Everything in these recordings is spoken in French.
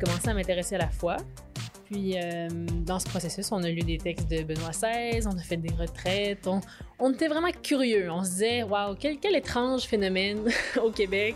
commencé à m'intéresser à la foi. Puis, dans ce processus, on a lu des textes de Benoît XVI, on a fait des retraites, on était vraiment curieux. On se disait, waouh, quel étrange phénomène au Québec.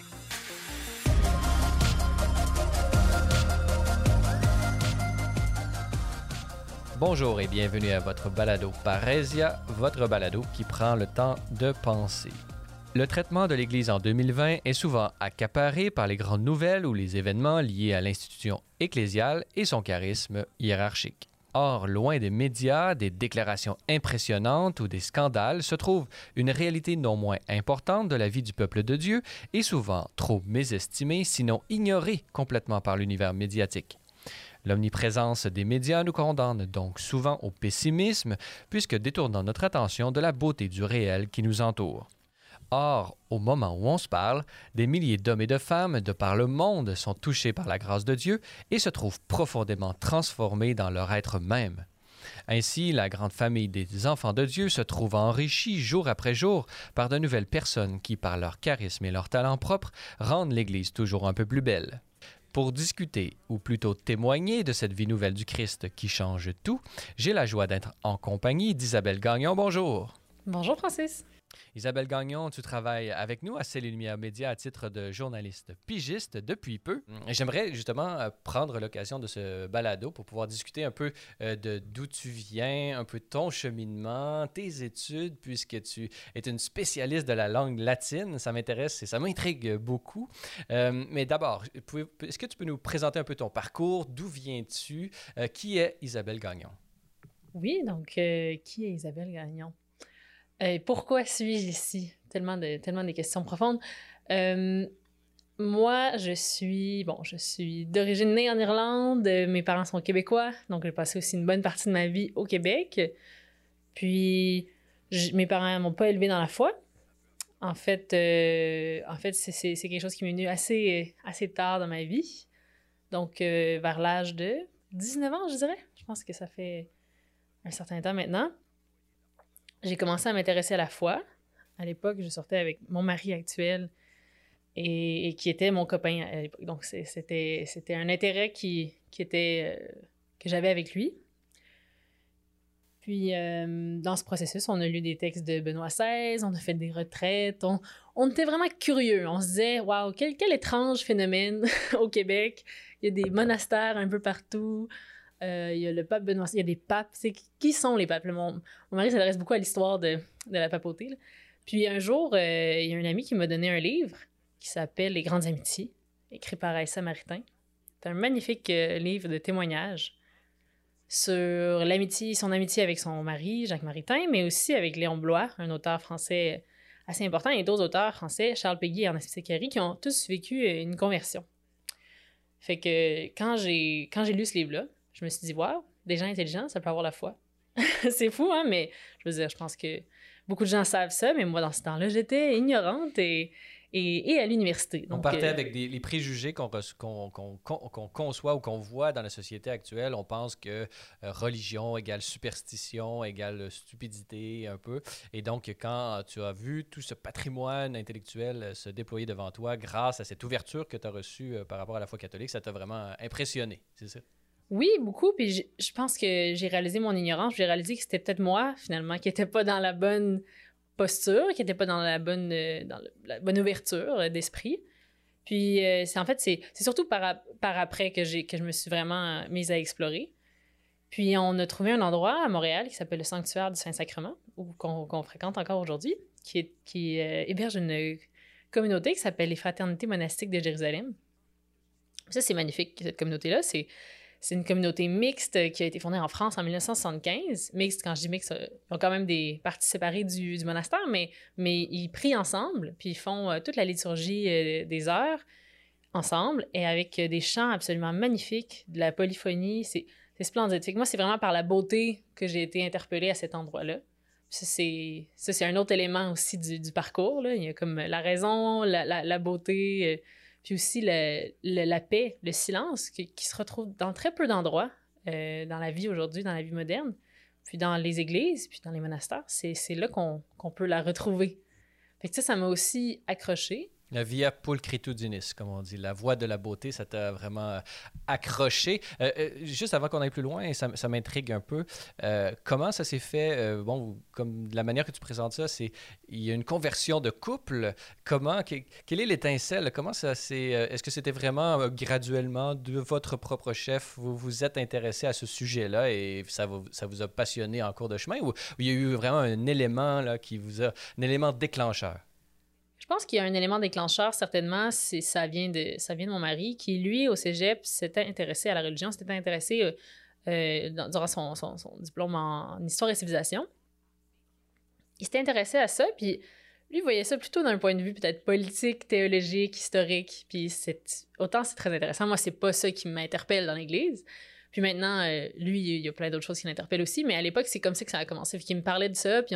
Bonjour et bienvenue à votre balado Parésia, votre balado qui prend le temps de penser. Le traitement de l'Église en 2020 est souvent accaparé par les grandes nouvelles ou les événements liés à l'institution ecclésiale et son charisme hiérarchique. Or, loin des médias, des déclarations impressionnantes ou des scandales, se trouve une réalité non moins importante de la vie du peuple de Dieu et souvent trop mésestimée, sinon ignorée complètement par l'univers médiatique. L'omniprésence des médias nous condamne donc souvent au pessimisme, puisque détournant notre attention de la beauté du réel qui nous entoure. Or, au moment où on se parle, des milliers d'hommes et de femmes de par le monde sont touchés par la grâce de Dieu et se trouvent profondément transformés dans leur être même. Ainsi, la grande famille des enfants de Dieu se trouve enrichie jour après jour par de nouvelles personnes qui, par leur charisme et leur talent propre, rendent l'Église toujours un peu plus belle. Pour discuter, ou plutôt témoigner de cette vie nouvelle du Christ qui change tout, j'ai la joie d'être en compagnie d'Isabelle Gagnon. Bonjour! Bonjour Francis! Isabelle Gagnon, tu travailles avec nous à Celle et Lumière Média à titre de journaliste pigiste depuis peu. J'aimerais justement prendre l'occasion de ce balado pour pouvoir discuter un peu de d'où tu viens, un peu de ton cheminement, tes études, puisque tu es une spécialiste de la langue latine. Ça m'intéresse et ça m'intrigue beaucoup. Mais d'abord, est-ce que tu peux nous présenter un peu ton parcours? D'où viens-tu? Qui est Isabelle Gagnon? Oui, donc, qui est Isabelle Gagnon? Pourquoi suis-je ici? Tellement des questions profondes. Moi, je suis d'origine née en Irlande. Mes parents sont québécois, donc j'ai passé aussi une bonne partie de ma vie au Québec. Puis, mes parents m'ont pas élevée dans la foi. En fait, c'est quelque chose qui m'est venu assez tard dans ma vie. Donc, vers l'âge de 19 ans, je dirais. Je pense que ça fait un certain temps maintenant. J'ai commencé à m'intéresser à la foi. À l'époque, je sortais avec mon mari actuel et qui était mon copain à l'époque. Donc, c'était un intérêt que j'avais avec lui. Puis, dans ce processus, on a lu des textes de Benoît XVI, on a fait des retraites, on était vraiment curieux. On se disait, waouh, quel étrange phénomène au Québec. Il y a des monastères un peu partout. Il y a le pape Benoît, il y a des papes. Qui sont les papes? Mon mari s'adresse beaucoup à l'histoire de la papauté. Là. Puis un jour, il y a un ami qui m'a donné un livre qui s'appelle Les Grandes Amitiés, écrit par Aïssa Maritain. C'est un magnifique livre de témoignages sur son amitié avec son mari, Jacques Maritain, mais aussi avec Léon Bloy, un auteur français assez important, et d'autres auteurs français, Charles Péguy et Ernest Sécary, qui ont tous vécu une conversion. Fait que quand j'ai lu ce livre-là, je me suis dit, wow, des gens intelligents, ça peut avoir la foi. C'est fou, hein, mais je veux dire, je pense que beaucoup de gens savent ça, mais moi, dans ce temps-là, j'étais ignorante et à l'université. Donc, on partait avec les préjugés qu'on conçoit ou qu'on voit dans la société actuelle. On pense que religion égale superstition, égale stupidité, un peu. Et donc, quand tu as vu tout ce patrimoine intellectuel se déployer devant toi grâce à cette ouverture que tu as reçue par rapport à la foi catholique, ça t'a vraiment impressionné, c'est ça? Oui, beaucoup. Puis je pense que j'ai réalisé mon ignorance. J'ai réalisé que c'était peut-être moi, finalement, qui n'était pas dans la bonne posture, qui n'était pas dans la bonne ouverture d'esprit. Puis c'est surtout par après que je me suis vraiment mise à explorer. Puis on a trouvé un endroit à Montréal qui s'appelle le Sanctuaire du Saint-Sacrement, qu'on fréquente encore aujourd'hui, qui héberge une communauté qui s'appelle les Fraternités monastiques de Jérusalem. Ça, c'est magnifique, cette communauté-là. C'est une communauté mixte qui a été fondée en France en 1975. Mixte, quand je dis mixte, ils ont quand même des parties séparées du monastère, mais ils prient ensemble, puis ils font toute la liturgie des heures ensemble, et avec des chants absolument magnifiques, de la polyphonie. C'est splendide. Fait que moi, c'est vraiment par la beauté que j'ai été interpellée à cet endroit-là. Ça, c'est un autre élément aussi du parcours. Là. Il y a comme la raison, la beauté... puis aussi la paix, le silence qui se retrouve dans très peu d'endroits dans la vie aujourd'hui, dans la vie moderne, puis dans les églises, puis dans les monastères. C'est là qu'on peut la retrouver. Fait que ça m'a aussi accroché. La via pulchritudinis, comme on dit, la voie de la beauté, ça t'a vraiment accroché. Juste avant qu'on aille plus loin, ça m'intrigue un peu. Comment ça s'est fait? Bon, comme de la manière que tu présentes ça, il y a une conversion de couple. Quelle est l'étincelle? Comment ça s'est... est-ce que c'était vraiment graduellement de votre propre chef, vous vous êtes intéressé à ce sujet-là et ça vous a passionné en cours de chemin, ou il y a eu vraiment un élément là, un élément déclencheur? Je pense qu'il y a un élément déclencheur, certainement, ça vient de mon mari, qui, lui, au cégep, s'était intéressé à la religion, s'était intéressé durant son diplôme en histoire et civilisation. Il s'était intéressé à ça, puis lui, il voyait ça plutôt d'un point de vue peut-être politique, théologique, historique, puis autant c'est très intéressant. Moi, c'est pas ça qui m'interpelle dans l'Église. Puis maintenant, lui, il y a plein d'autres choses qui l'interpellent aussi, mais à l'époque, c'est comme ça que ça a commencé. Puis il me parlait de ça, puis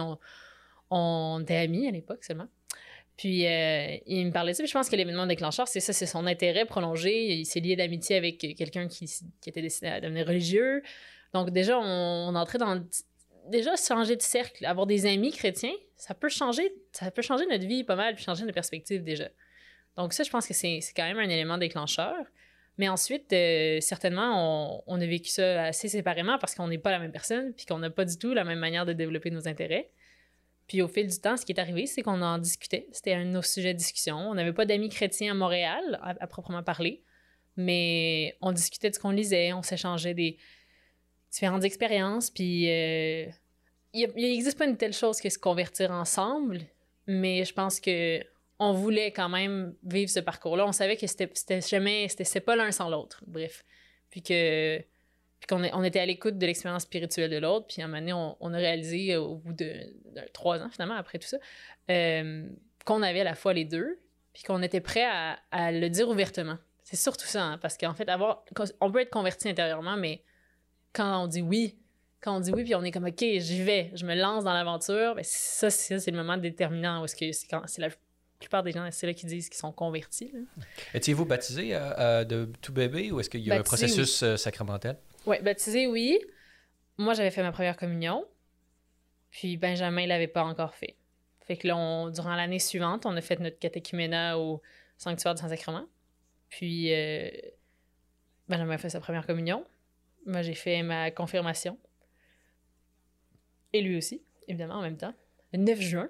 on était amis à l'époque seulement. Puis il me parlait de ça, puis je pense que l'événement déclencheur, c'est ça, c'est son intérêt prolongé. Il s'est lié d'amitié avec quelqu'un qui était destiné à devenir religieux. Donc déjà, on entrait dans... Déjà, changer de cercle, avoir des amis chrétiens, ça peut changer notre vie pas mal, puis changer notre perspective déjà. Donc ça, je pense que c'est quand même un élément déclencheur. Mais ensuite, certainement, on a vécu ça assez séparément parce qu'on n'est pas la même personne, puis qu'on n'a pas du tout la même manière de développer nos intérêts. Puis au fil du temps, ce qui est arrivé, c'est qu'on en discutait. C'était un de nos sujets de discussion. On n'avait pas d'amis chrétiens à Montréal, à proprement parler, mais on discutait de ce qu'on lisait, on s'échangeait des différentes expériences, puis il n'existe pas une telle chose que se convertir ensemble, mais je pense que on voulait quand même vivre ce parcours-là. On savait que c'était pas l'un sans l'autre, bref. Puis qu'on était à l'écoute de l'expérience spirituelle de l'autre, puis à un moment donné, on a réalisé au bout de 3 ans, finalement, après tout ça, qu'on avait à la fois les deux, puis qu'on était prêt à le dire ouvertement. C'est surtout ça, hein, parce qu'en fait, on peut être converti intérieurement, mais quand on dit oui, puis on est comme « OK, j'y vais, je me lance dans l'aventure », ben ça, c'est le moment déterminant où c'est la plupart des gens, c'est là qu'ils disent qu'ils sont convertis. Étiez-vous baptisé de tout bébé, ou est-ce qu'il y a un processus sacramentel? Oui, baptisé, oui. Moi, j'avais fait ma première communion, puis Benjamin l'avait pas encore fait. Fait que là, durant l'année suivante, on a fait notre catéchuménat au Sanctuaire du Saint-Sacrement. Puis Benjamin a fait sa première communion. Moi, j'ai fait ma confirmation. Et lui aussi, évidemment, en même temps. Le 9 juin.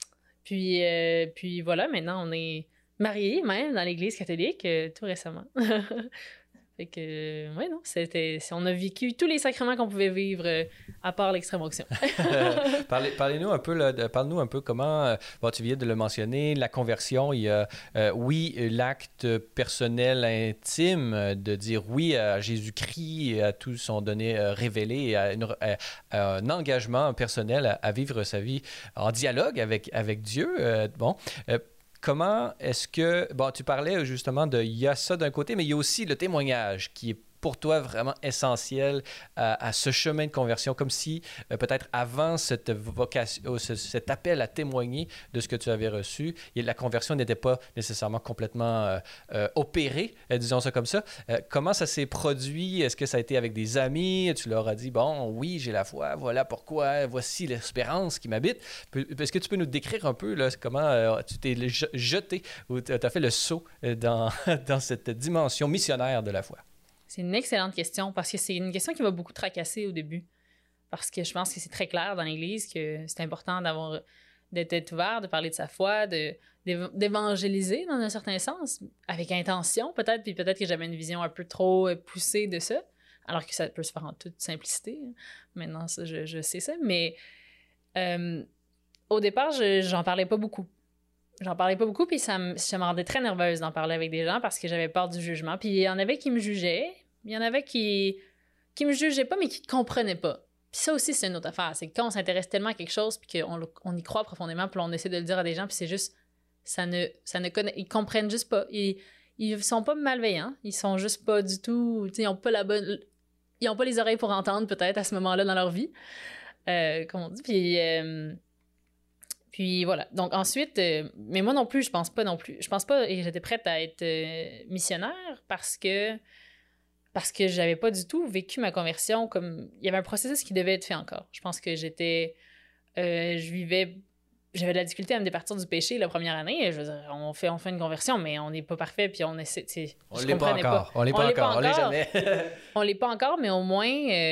Puis voilà, maintenant, on est mariés, même, dans l'Église catholique, tout récemment. Fait que, ouais, non, on a vécu tous les sacrements qu'on pouvait vivre, à part l'extrême-onction. Parlez-nous un peu, parle-nous un peu comment, tu viens de le mentionner, la conversion, il y a, oui, l'acte personnel intime de dire oui à Jésus-Christ et à tout son donné révélé, et à un engagement personnel à vivre sa vie en dialogue avec Dieu. Comment est-ce que... Bon, tu parlais justement il y a ça d'un côté, mais il y a aussi le témoignage qui est pour toi vraiment essentiel à ce chemin de conversion, comme si peut-être avant cette vocation, cet appel à témoigner de ce que tu avais reçu, la conversion n'était pas nécessairement complètement opérée, disons ça comme ça. Comment ça s'est produit? Est-ce que ça a été avec des amis? Tu leur as dit, bon, oui, j'ai la foi, voilà pourquoi, voici l'espérance qui m'habite. Est-ce que tu peux nous décrire un peu là, comment tu t'es jeté ou tu as fait le saut dans cette dimension missionnaire de la foi? C'est une excellente question parce que c'est une question qui m'a beaucoup tracassée au début. Parce que je pense que c'est très clair dans l'Église que c'est important d'être ouvert, de parler de sa foi, d'évangéliser dans un certain sens, avec intention peut-être, puis peut-être que j'avais une vision un peu trop poussée de ça, alors que ça peut se faire en toute simplicité. Maintenant, ça, je sais ça, mais au départ, j'en parlais pas beaucoup. Puis ça me rendait très nerveuse d'en parler avec des gens parce que j'avais peur du jugement. Puis il y en avait qui me jugeaient, il y en avait qui me jugeaient pas, mais qui ne comprenaient pas. Puis ça aussi, c'est une autre affaire. C'est que quand on s'intéresse tellement à quelque chose, puis qu'on y croit profondément, puis on essaie de le dire à des gens, puis c'est juste, ils comprennent juste pas. Ils sont pas malveillants, ils sont juste pas du tout, ils ont pas ils ont pas les oreilles pour entendre peut-être à ce moment-là dans leur vie, comme on dit. Puis voilà. Donc ensuite, mais moi non plus, je pense pas, et j'étais prête à être missionnaire parce que j'avais pas du tout vécu ma conversion comme... Il y avait un processus qui devait être fait encore. Je pense que je j'avais de la difficulté à me départir du péché la première année. Je veux dire, on fait une conversion, mais on n'est pas parfait, puis on essaie... On l'est pas encore. On l'est pas encore. On l'est jamais. On l'est pas encore, mais au moins...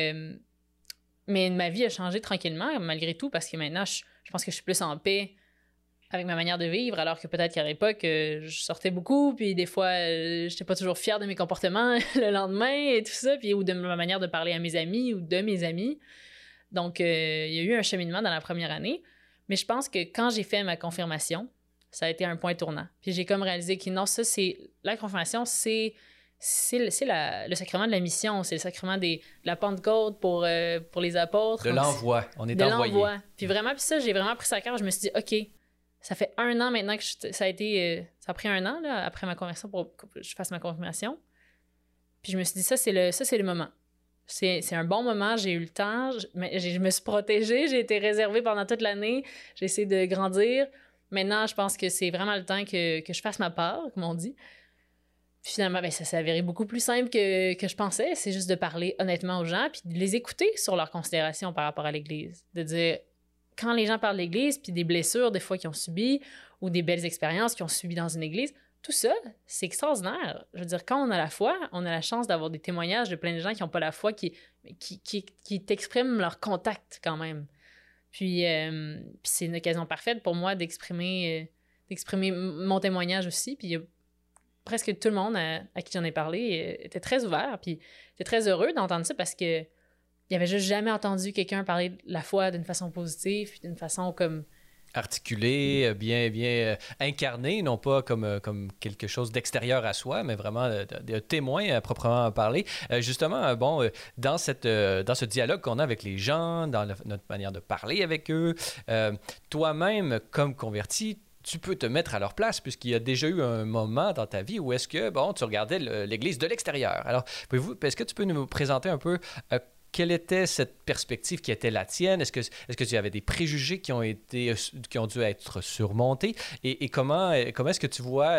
mais ma vie a changé tranquillement, malgré tout, parce que maintenant, je pense que je suis plus en paix avec ma manière de vivre, alors que peut-être qu'à l'époque, je sortais beaucoup, puis des fois, j'étais pas toujours fière de mes comportements le lendemain et tout ça, puis ou de ma manière de parler à mes amis ou de mes amis. Donc, il y a eu un cheminement dans la première année, mais je pense que quand j'ai fait ma confirmation, ça a été un point tournant. Puis j'ai comme réalisé que non, ça, c'est... La confirmation, c'est le sacrement de la mission, c'est le sacrement de la Pentecôte pour les apôtres. De l'envoi, on est envoyé. De l'envoi. Puis vraiment, puis ça, j'ai vraiment pris ça à cœur. Je me suis dit, OK, ça fait 1 an maintenant que ça a pris 1 an là, après ma conversion pour que je fasse ma confirmation. Puis je me suis dit, ça, c'est le moment. C'est un bon moment, j'ai eu le temps, je me suis protégée, j'ai été réservée pendant toute l'année, j'ai essayé de grandir. Maintenant, je pense que c'est vraiment le temps que je fasse ma part, comme on dit. Puis finalement, ben, ça s'est avéré beaucoup plus simple que je pensais. C'est juste de parler honnêtement aux gens puis de les écouter sur leurs considérations par rapport à l'Église. De dire, quand les gens parlent de l'Église puis des blessures des fois qu'ils ont subies ou des belles expériences qu'ils ont subies dans une Église, tout ça, c'est extraordinaire. Je veux dire, quand on a la foi, on a la chance d'avoir des témoignages de plein de gens qui n'ont pas la foi, qui t'expriment leur contact quand même. Puis c'est une occasion parfaite pour moi d'exprimer mon témoignage aussi. Puis presque tout le monde à qui j'en ai parlé était très ouvert, puis était très heureux d'entendre ça parce que il avait juste jamais entendu quelqu'un parler de la foi d'une façon positive, puis d'une façon comme... articulé, bien incarné, non pas comme quelque chose d'extérieur à soi, mais vraiment de témoin à proprement parler. Justement, dans ce dialogue qu'on a avec les gens, dans notre manière de parler avec eux, toi-même, comme converti, tu peux te mettre à leur place, puisqu'il y a déjà eu un moment dans ta vie où est-ce que, tu regardais l'Église de l'extérieur. Alors, est-ce que tu peux nous présenter un peu quelle était cette perspective qui était la tienne? Est-ce que tu avais des préjugés qui ont dû être surmontés? Et comment est-ce que tu vois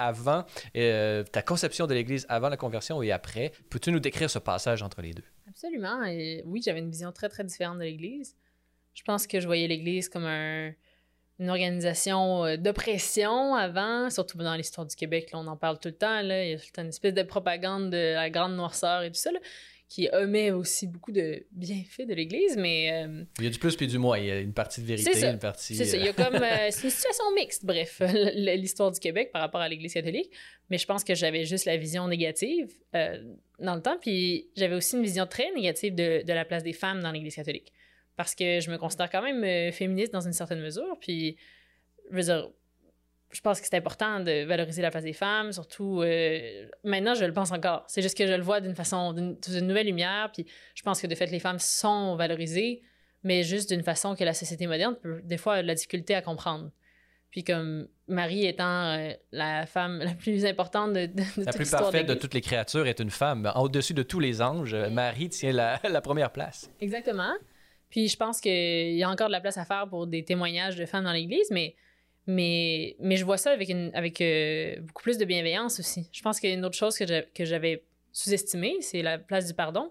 ta conception de l'Église avant la conversion et après? Peux-tu nous décrire ce passage entre les deux? Absolument. Et oui, j'avais une vision très, très différente de l'Église. Je pense que je voyais l'Église comme une organisation d'oppression avant, surtout dans l'histoire du Québec, là, on en parle tout le temps, là, il y a tout le temps une espèce de propagande de la grande noirceur et tout ça, là, qui omet aussi beaucoup de bienfaits de l'Église, mais... Il y a du plus puis du moins, il y a une partie de vérité, une partie... C'est ça, il y a comme... c'est une situation mixte, bref, l'histoire du Québec par rapport à l'Église catholique, mais je pense que j'avais juste la vision négative dans le temps, puis j'avais aussi une vision très négative de la place des femmes dans l'Église catholique. Parce que je me considère quand même féministe dans une certaine mesure. Puis, je veux dire, je pense que c'est important de valoriser la place des femmes, surtout... maintenant, je le pense encore. C'est juste que je le vois sous une nouvelle lumière. Puis, je pense que, de fait, les femmes sont valorisées, mais juste d'une façon que la société moderne peut, des fois, avoir de la difficulté à comprendre. Puis, comme Marie étant la femme la plus importante de la plus parfaite de toutes les créatures est une femme. Au-dessus de tous les anges, Marie tient la première place. Exactement. Puis je pense qu'il y a encore de la place à faire pour des témoignages de femmes dans l'Église, mais je vois ça avec beaucoup plus de bienveillance aussi. Je pense qu'il y a une autre chose que j'avais sous-estimée, c'est la place du pardon.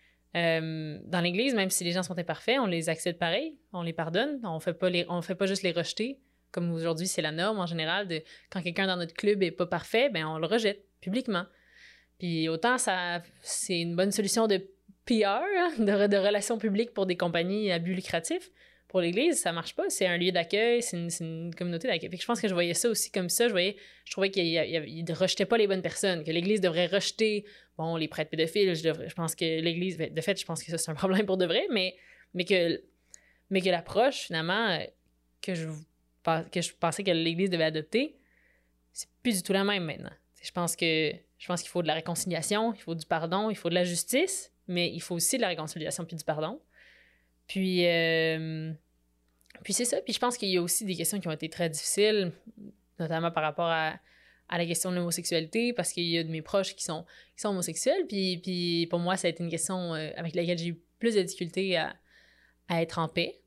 Dans l'Église, même si les gens sont imparfaits, on les accepte pareil, on les pardonne, on fait pas juste les rejeter, comme aujourd'hui c'est la norme en général, quand quelqu'un dans notre club est pas parfait, ben on le rejette publiquement. Puis autant c'est une bonne solution de PR, de relations publiques pour des compagnies à but lucratif. Pour l'Église, ça marche pas. C'est un lieu d'accueil, c'est une communauté d'accueil. Fait que je pense que je voyais ça aussi comme ça. Je trouvais qu'il ne rejetait pas les bonnes personnes, que l'Église devrait rejeter les prêtres pédophiles. Je pense que l'Église... De fait, je pense que ça, c'est un problème pour de vrai, mais que l'approche, finalement, que je pensais que l'Église devait adopter, c'est plus du tout la même maintenant. Je pense qu'il faut de la réconciliation, il faut du pardon, il faut de la justice, mais il faut aussi de la réconciliation puis du pardon. Puis c'est ça. Puis je pense qu'il y a aussi des questions qui ont été très difficiles, notamment par rapport à la question de l'homosexualité, parce qu'il y a de mes proches qui sont homosexuels. Puis pour moi, ça a été une question avec laquelle j'ai eu plus de difficultés à être en paix.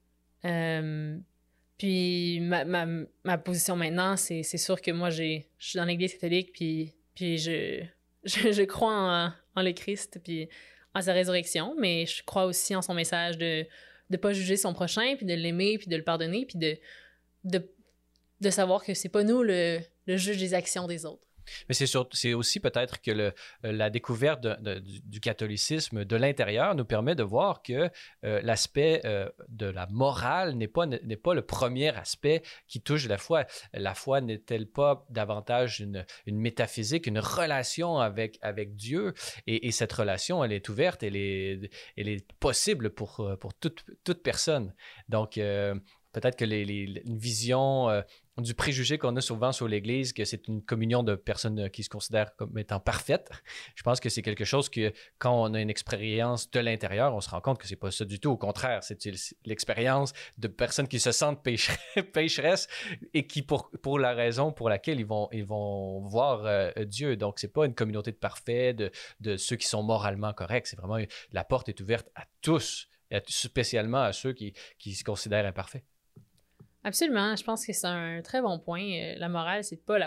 Puis ma position maintenant, c'est sûr que moi, je suis dans l'Église catholique, puis je crois en le Christ, puis en sa résurrection, mais je crois aussi en son message de ne pas juger son prochain, puis de l'aimer, puis de le pardonner, puis de savoir que c'est pas nous le juge des actions des autres. Mais c'est aussi peut-être que la découverte du catholicisme de l'intérieur nous permet de voir que l'aspect de la morale n'est pas le premier aspect qui touche la foi. La foi n'est-elle pas davantage une métaphysique, une relation avec Dieu? Et cette relation, elle est ouverte, elle est possible pour toute personne. Donc, peut-être que une vision du préjugé qu'on a souvent sur l'Église, que c'est une communion de personnes qui se considèrent comme étant parfaites, je pense que c'est quelque chose que, quand on a une expérience de l'intérieur, on se rend compte que c'est pas ça du tout. Au contraire, c'est l'expérience de personnes qui se sentent pécheresses et qui, pour la raison pour laquelle ils vont voir Dieu. Donc, c'est pas une communauté de parfaits, de ceux qui sont moralement corrects. C'est vraiment, la porte est ouverte à tous, et spécialement à ceux qui se considèrent imparfaits. Absolument, je pense que c'est un très bon point. La morale, c'est pas de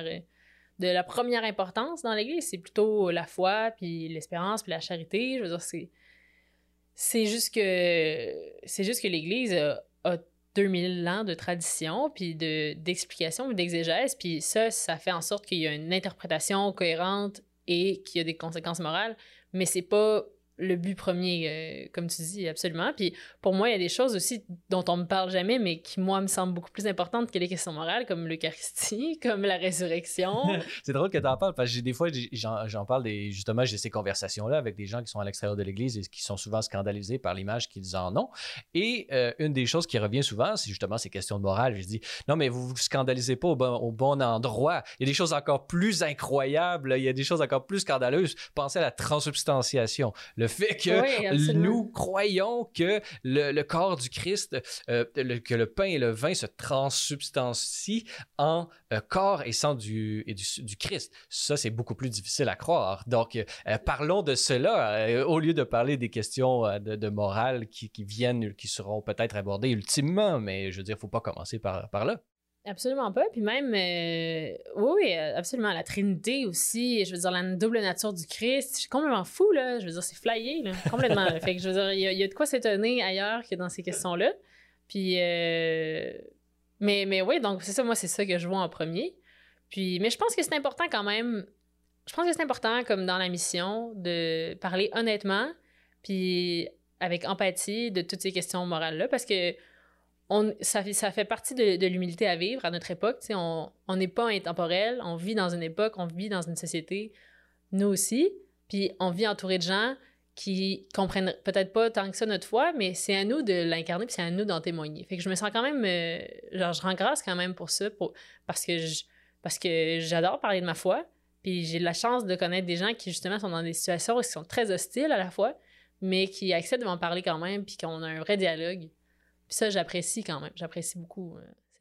la première importance dans l'Église, c'est plutôt la foi, puis l'espérance, puis la charité. Je veux dire, c'est juste que l'Église a 2000 ans de tradition, puis d'explication, d'exégèse, puis ça fait en sorte qu'il y a une interprétation cohérente et qu'il y a des conséquences morales, mais c'est pas le but premier, comme tu dis, absolument. Puis pour moi, il y a des choses aussi dont on me parle jamais, mais qui, moi, me semblent beaucoup plus importantes que les questions morales, comme l'Eucharistie, comme la résurrection. C'est drôle que tu en parles, parce que des fois, j'en parle, justement, j'ai ces conversations-là avec des gens qui sont à l'extérieur de l'Église et qui sont souvent scandalisés par l'image qu'ils en ont. Et une des choses qui revient souvent, c'est justement ces questions de morale. Je dis, non, mais vous vous scandalisez pas au bon endroit. Il y a des choses encore plus incroyables, il y a des choses encore plus scandaleuses. Pensez à la transsubstantiation. Le fait que nous croyons que le corps du Christ, que le pain et le vin se transsubstancient en corps et sang du Christ. Ça, c'est beaucoup plus difficile à croire. Donc, parlons de cela au lieu de parler des questions de morale qui seront peut-être abordées ultimement, mais je veux dire, il ne faut pas commencer par là. Absolument pas. Puis même, oui, absolument. La Trinité aussi, je veux dire, la double nature du Christ, je suis complètement fou, là. Je veux dire, c'est flyé, là, complètement. Là. Fait que, je veux dire, il y a de quoi s'étonner ailleurs que dans ces questions-là. Puis, mais oui, donc c'est ça, moi, c'est ça que je vois en premier. Puis, mais je pense que c'est important quand même, je pense que c'est important, comme dans la mission, de parler honnêtement, puis avec empathie de toutes ces questions morales-là, parce que ça fait partie de l'humilité à vivre à notre époque. On n'est pas intemporel, on vit dans une époque, on vit dans une société, nous aussi, puis on vit entouré de gens qui comprennent peut-être pas tant que ça notre foi, mais c'est à nous de l'incarner, puis c'est à nous d'en témoigner. Fait que je me sens quand même, je rends grâce quand même pour ça, parce que j'adore parler de ma foi, puis j'ai la chance de connaître des gens qui justement sont dans des situations qui sont très hostiles à la fois, mais qui acceptent de m'en parler quand même, puis qu'on a un vrai dialogue. Puis ça, j'apprécie quand même. J'apprécie beaucoup.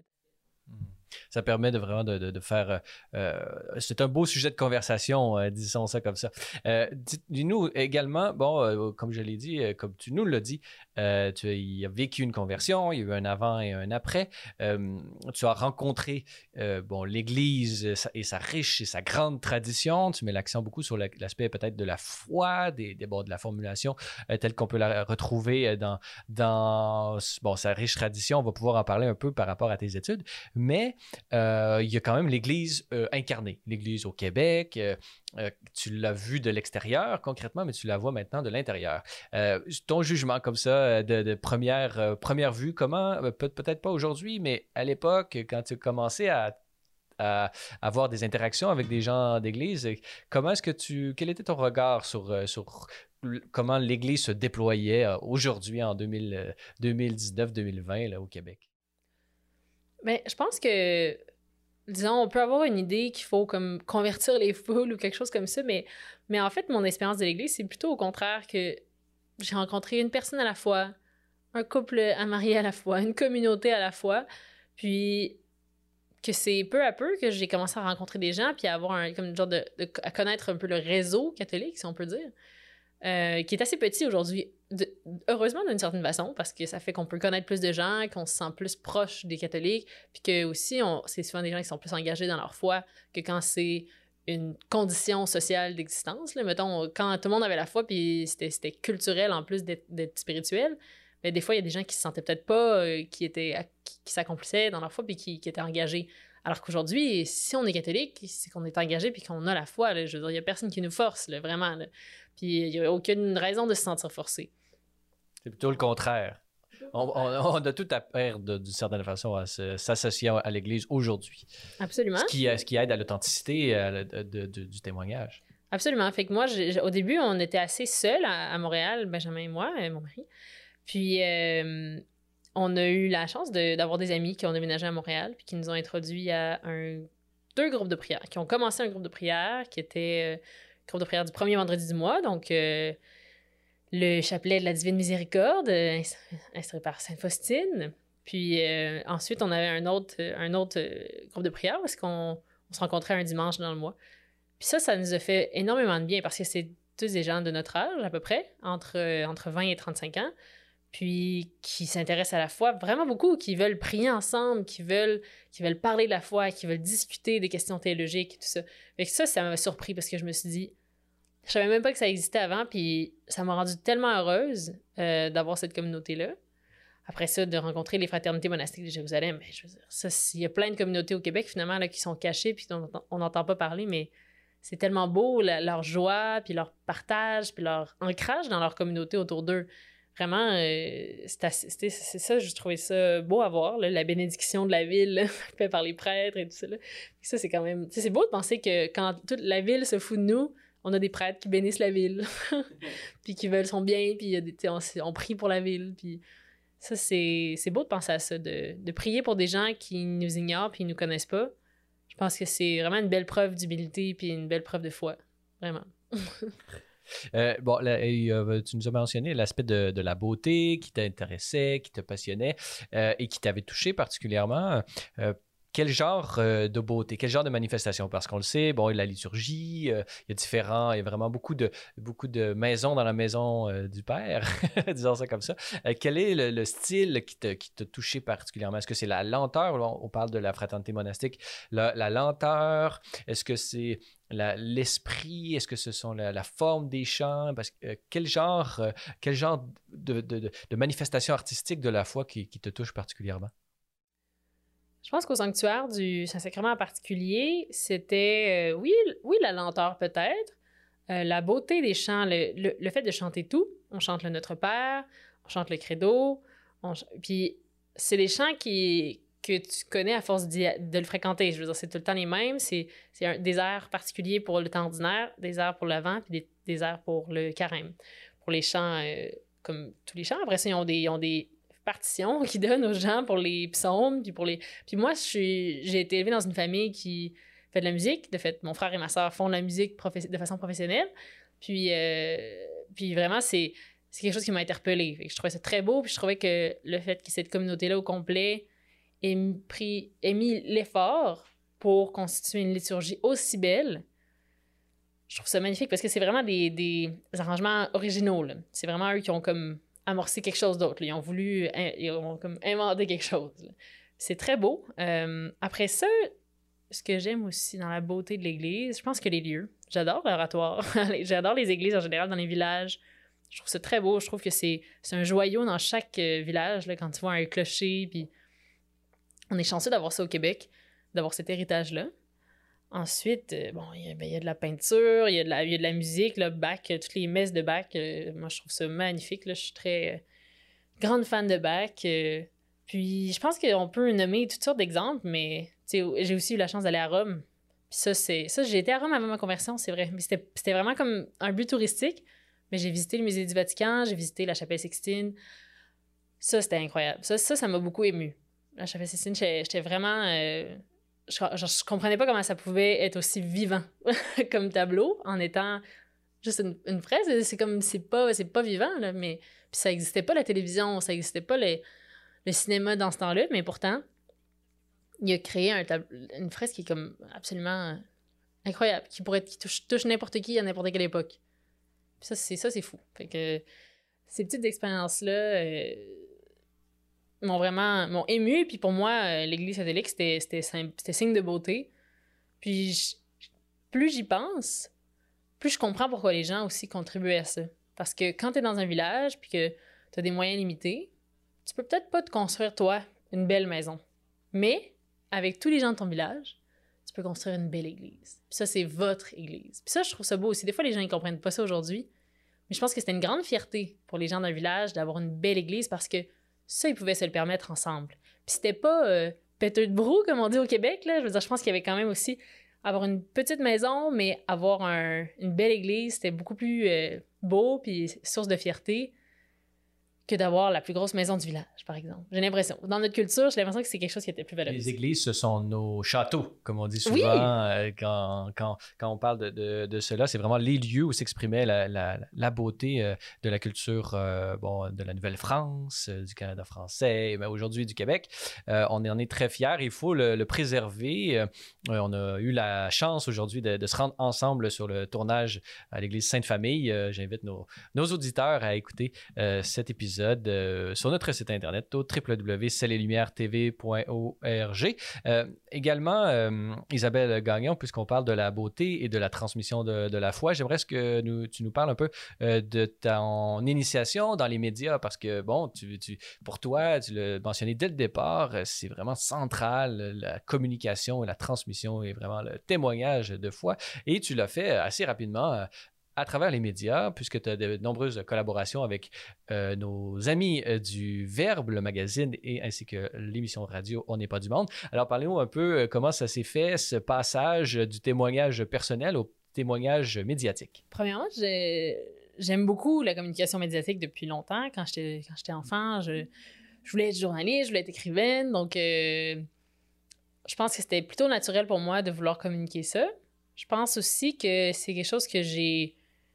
Ça permet vraiment de faire... c'est un beau sujet de conversation, disons ça comme ça. Dis-nous également, bon, comme je l'ai dit, comme tu nous l'as dit, tu as vécu une conversion, il y a eu un avant et un après. Tu as rencontré l'Église et sa riche et sa grande tradition. Tu mets l'accent beaucoup sur l'aspect peut-être de la foi, de la formulation telle qu'on peut la retrouver dans sa riche tradition. On va pouvoir en parler un peu par rapport à tes études. Mais il y a quand même l'Église incarnée. L'Église au Québec, tu l'as vue de l'extérieur concrètement, mais tu la vois maintenant de l'intérieur. Ton jugement comme ça, de première vue, comment, peut-être pas aujourd'hui, mais à l'époque, quand tu as commencé à avoir des interactions avec des gens d'église, quel était ton regard sur comment l'Église se déployait aujourd'hui en 2019-2020 là, au Québec? Mais je pense que, disons, on peut avoir une idée qu'il faut comme convertir les foules ou quelque chose comme ça, mais en fait, mon expérience de l'Église, c'est plutôt au contraire que j'ai rencontré une personne à la fois, un couple à marier à la fois, une communauté à la fois, puis que c'est peu à peu que j'ai commencé à rencontrer des gens, puis à avoir comme une genre à connaître un peu le réseau catholique, si on peut dire, qui est assez petit aujourd'hui, heureusement d'une certaine façon, parce que ça fait qu'on peut connaître plus de gens, qu'on se sent plus proche des catholiques, puis que aussi, c'est souvent des gens qui sont plus engagés dans leur foi que quand c'est une condition sociale d'existence. Là. Mettons, quand tout le monde avait la foi, puis c'était culturel en plus d'être spirituel, Mais des fois, il y a des gens qui se sentaient peut-être pas, qui s'accomplissaient dans leur foi puis qui étaient engagés. Alors qu'aujourd'hui, si on est catholique, c'est qu'on est engagé puis qu'on a la foi. Là. Je veux dire, il n'y a personne qui nous force, là, vraiment. Là. Puis il n'y a aucune raison de se sentir forcé. C'est plutôt le contraire. On a tout à perdre d'une certaine façon à s'associer à l'Église aujourd'hui. Absolument. Ce qui aide à l'authenticité du témoignage. Absolument. Fait que moi, au début, on était assez seuls à Montréal, Benjamin et moi, mon mari. Puis, on a eu la chance d'avoir des amis qui ont déménagé à Montréal puis qui nous ont introduits à deux groupes de prière, qui ont commencé un groupe de prière qui était le groupe de prière du premier vendredi du mois, donc le chapelet de la Divine Miséricorde, instauré par Sainte Faustine. Puis ensuite, on avait un autre groupe de prière parce qu'on se rencontrait un dimanche dans le mois. Puis ça nous a fait énormément de bien parce que c'est tous des gens de notre âge à peu près, entre 20 et 35 ans, puis qui s'intéressent à la foi vraiment beaucoup, qui veulent prier ensemble, qui veulent parler de la foi, qui veulent discuter des questions théologiques et tout ça. Fait que ça m'a surpris parce que je me suis dit, je savais même pas que ça existait avant, puis ça m'a rendue tellement heureuse d'avoir cette communauté-là. Après ça, de rencontrer les fraternités monastiques de Jérusalem, je veux dire, ça, il y a plein de communautés au Québec, finalement, là, qui sont cachées, puis on n'entend pas parler, mais c'est tellement beau, leur joie, puis leur partage, puis leur ancrage dans leur communauté autour d'eux. Vraiment, c'est ça, je trouvais ça beau à voir, là, la bénédiction de la ville faite par les prêtres et tout ça. Là. Ça, c'est quand même... C'est beau de penser que quand toute la ville se fout de nous, on a des prêtres qui bénissent la ville, puis qui veulent son bien, puis on prie pour la ville, puis ça, c'est beau de penser à ça, de prier pour des gens qui nous ignorent puis qui nous connaissent pas. Je pense que c'est vraiment une belle preuve d'humilité puis une belle preuve de foi, vraiment. Tu nous as mentionné l'aspect de la beauté qui t'intéressait, qui te passionnait et qui t'avait touché particulièrement. Quel genre de beauté, quel genre de manifestation? Parce qu'on le sait, bon, la liturgie, il y a vraiment beaucoup de maisons dans la maison du Père, disons ça comme ça. Quel est le style qui t'a touché particulièrement? Est-ce que c'est la lenteur? On parle de la fraternité monastique. La lenteur, est-ce que c'est l'esprit? Est-ce que ce sont la forme des chants? Parce que, quel genre de manifestation artistique de la foi qui te touche particulièrement? Je pense qu'au sanctuaire du Saint-Sacrement en particulier, c'était, oui, la lenteur peut-être, la beauté des chants, le fait de chanter tout. On chante le Notre Père, on chante le Credo, puis c'est des chants que tu connais à force de le fréquenter. Je veux dire, c'est tout le temps les mêmes. C'est des airs particuliers pour le temps ordinaire, des airs pour l'Avent, puis des airs pour le Carême. Pour les chants, comme tous les chants. Après ça, ils ont des partitions qu'ils donnent aux gens pour les psaumes, puis moi, j'ai été élevée dans une famille qui fait de la musique. De fait, mon frère et ma sœur font de la musique de façon professionnelle. Puis vraiment, c'est quelque chose qui m'a interpellée. Je trouvais ça très beau, puis je trouvais que le fait que cette communauté-là au complet ait mis l'effort pour constituer une liturgie aussi belle, je trouve ça magnifique parce que c'est vraiment des arrangements originaux. Là. C'est vraiment eux qui ont comme amorcé quelque chose d'autre. Là. Ils ont comme inventé quelque chose. Là. C'est très beau. Après ça, ce que j'aime aussi dans la beauté de l'Église, je pense que les lieux. J'adore l'oratoire. J'adore les églises en général dans les villages. Je trouve ça très beau. Je trouve que c'est un joyau dans chaque village. Là, quand tu vois un clocher, puis on est chanceux d'avoir ça au Québec, d'avoir cet héritage-là. Ensuite, il y a de la peinture, il y a de la musique, là, Bach, toutes les messes de Bach. Moi, je trouve ça magnifique. Là, je suis très grande fan de Bach. Puis, je pense qu'on peut nommer toutes sortes d'exemples, mais j'ai aussi eu la chance d'aller à Rome. Puis ça, j'ai été à Rome avant ma conversion, c'est vrai. Mais c'était vraiment comme un but touristique. Mais j'ai visité le musée du Vatican, j'ai visité la chapelle Sixtine. Ça, c'était incroyable. Ça m'a beaucoup émue. La chapelle Sixtine, j'étais vraiment... Je comprenais pas comment ça pouvait être aussi vivant comme tableau en étant juste une fraise. C'est pas vivant, là, mais puis ça existait pas la télévision, ça existait pas le cinéma dans ce temps-là, mais pourtant, il a créé une fresque qui est comme absolument incroyable, qui touche n'importe qui à n'importe quelle époque. Puis ça, c'est fou. Fait que ces petites expériences-là m'ont ému, puis pour moi, l'Église catholique, c'était signe de beauté. Puis plus j'y pense, plus je comprends pourquoi les gens aussi contribuaient à ça. Parce que quand t'es dans un village, puis que tu as des moyens limités, tu peux peut-être pas te construire, toi, une belle maison. Mais, avec tous les gens de ton village, tu peux construire une belle église. Puis ça, c'est votre église. Puis ça, je trouve ça beau aussi. Des fois, les gens, ils comprennent pas ça aujourd'hui. Mais je pense que c'était une grande fierté pour les gens d'un village d'avoir une belle église parce que ça, ils pouvaient se le permettre ensemble. Puis c'était pas péteux de brou, comme on dit au Québec, là. Je veux dire, je pense qu'il y avait quand même aussi avoir une petite maison, mais avoir une belle église, c'était beaucoup plus beau puis source de fierté que d'avoir la plus grosse maison du village, par exemple. J'ai l'impression. Dans notre culture, j'ai l'impression que c'est quelque chose qui était plus valorisé. Les églises, ce sont nos châteaux, comme on dit souvent quand on parle de cela. C'est vraiment les lieux où s'exprimait la beauté de la culture de la Nouvelle-France, du Canada français, mais aujourd'hui du Québec. On en est très fiers. Il faut le préserver. On a eu la chance aujourd'hui de se rendre ensemble sur le tournage à l'église Sainte-Famille. J'invite nos auditeurs à écouter cet épisode sur notre site internet au www.ciel-et-lumière-tv.org. Également, Isabelle Gagnon, puisqu'on parle de la beauté et de la transmission de la foi, j'aimerais que tu nous parles un peu de ton initiation dans les médias, parce que, bon, pour toi, tu l'as mentionné dès le départ, c'est vraiment central, la communication et la transmission et vraiment le témoignage de foi, et tu l'as fait assez rapidement à travers les médias, puisque tu as de nombreuses collaborations avec nos amis du Verbe, le magazine, ainsi que l'émission de radio On n'est pas du monde. Alors, parlez-nous un peu comment ça s'est fait, ce passage du témoignage personnel au témoignage médiatique. Premièrement, j'aime beaucoup la communication médiatique depuis longtemps. Quand j'étais enfant, je voulais être journaliste, je voulais être écrivaine, donc je pense que c'était plutôt naturel pour moi de vouloir communiquer ça. Je pense aussi que c'est quelque chose que j'ai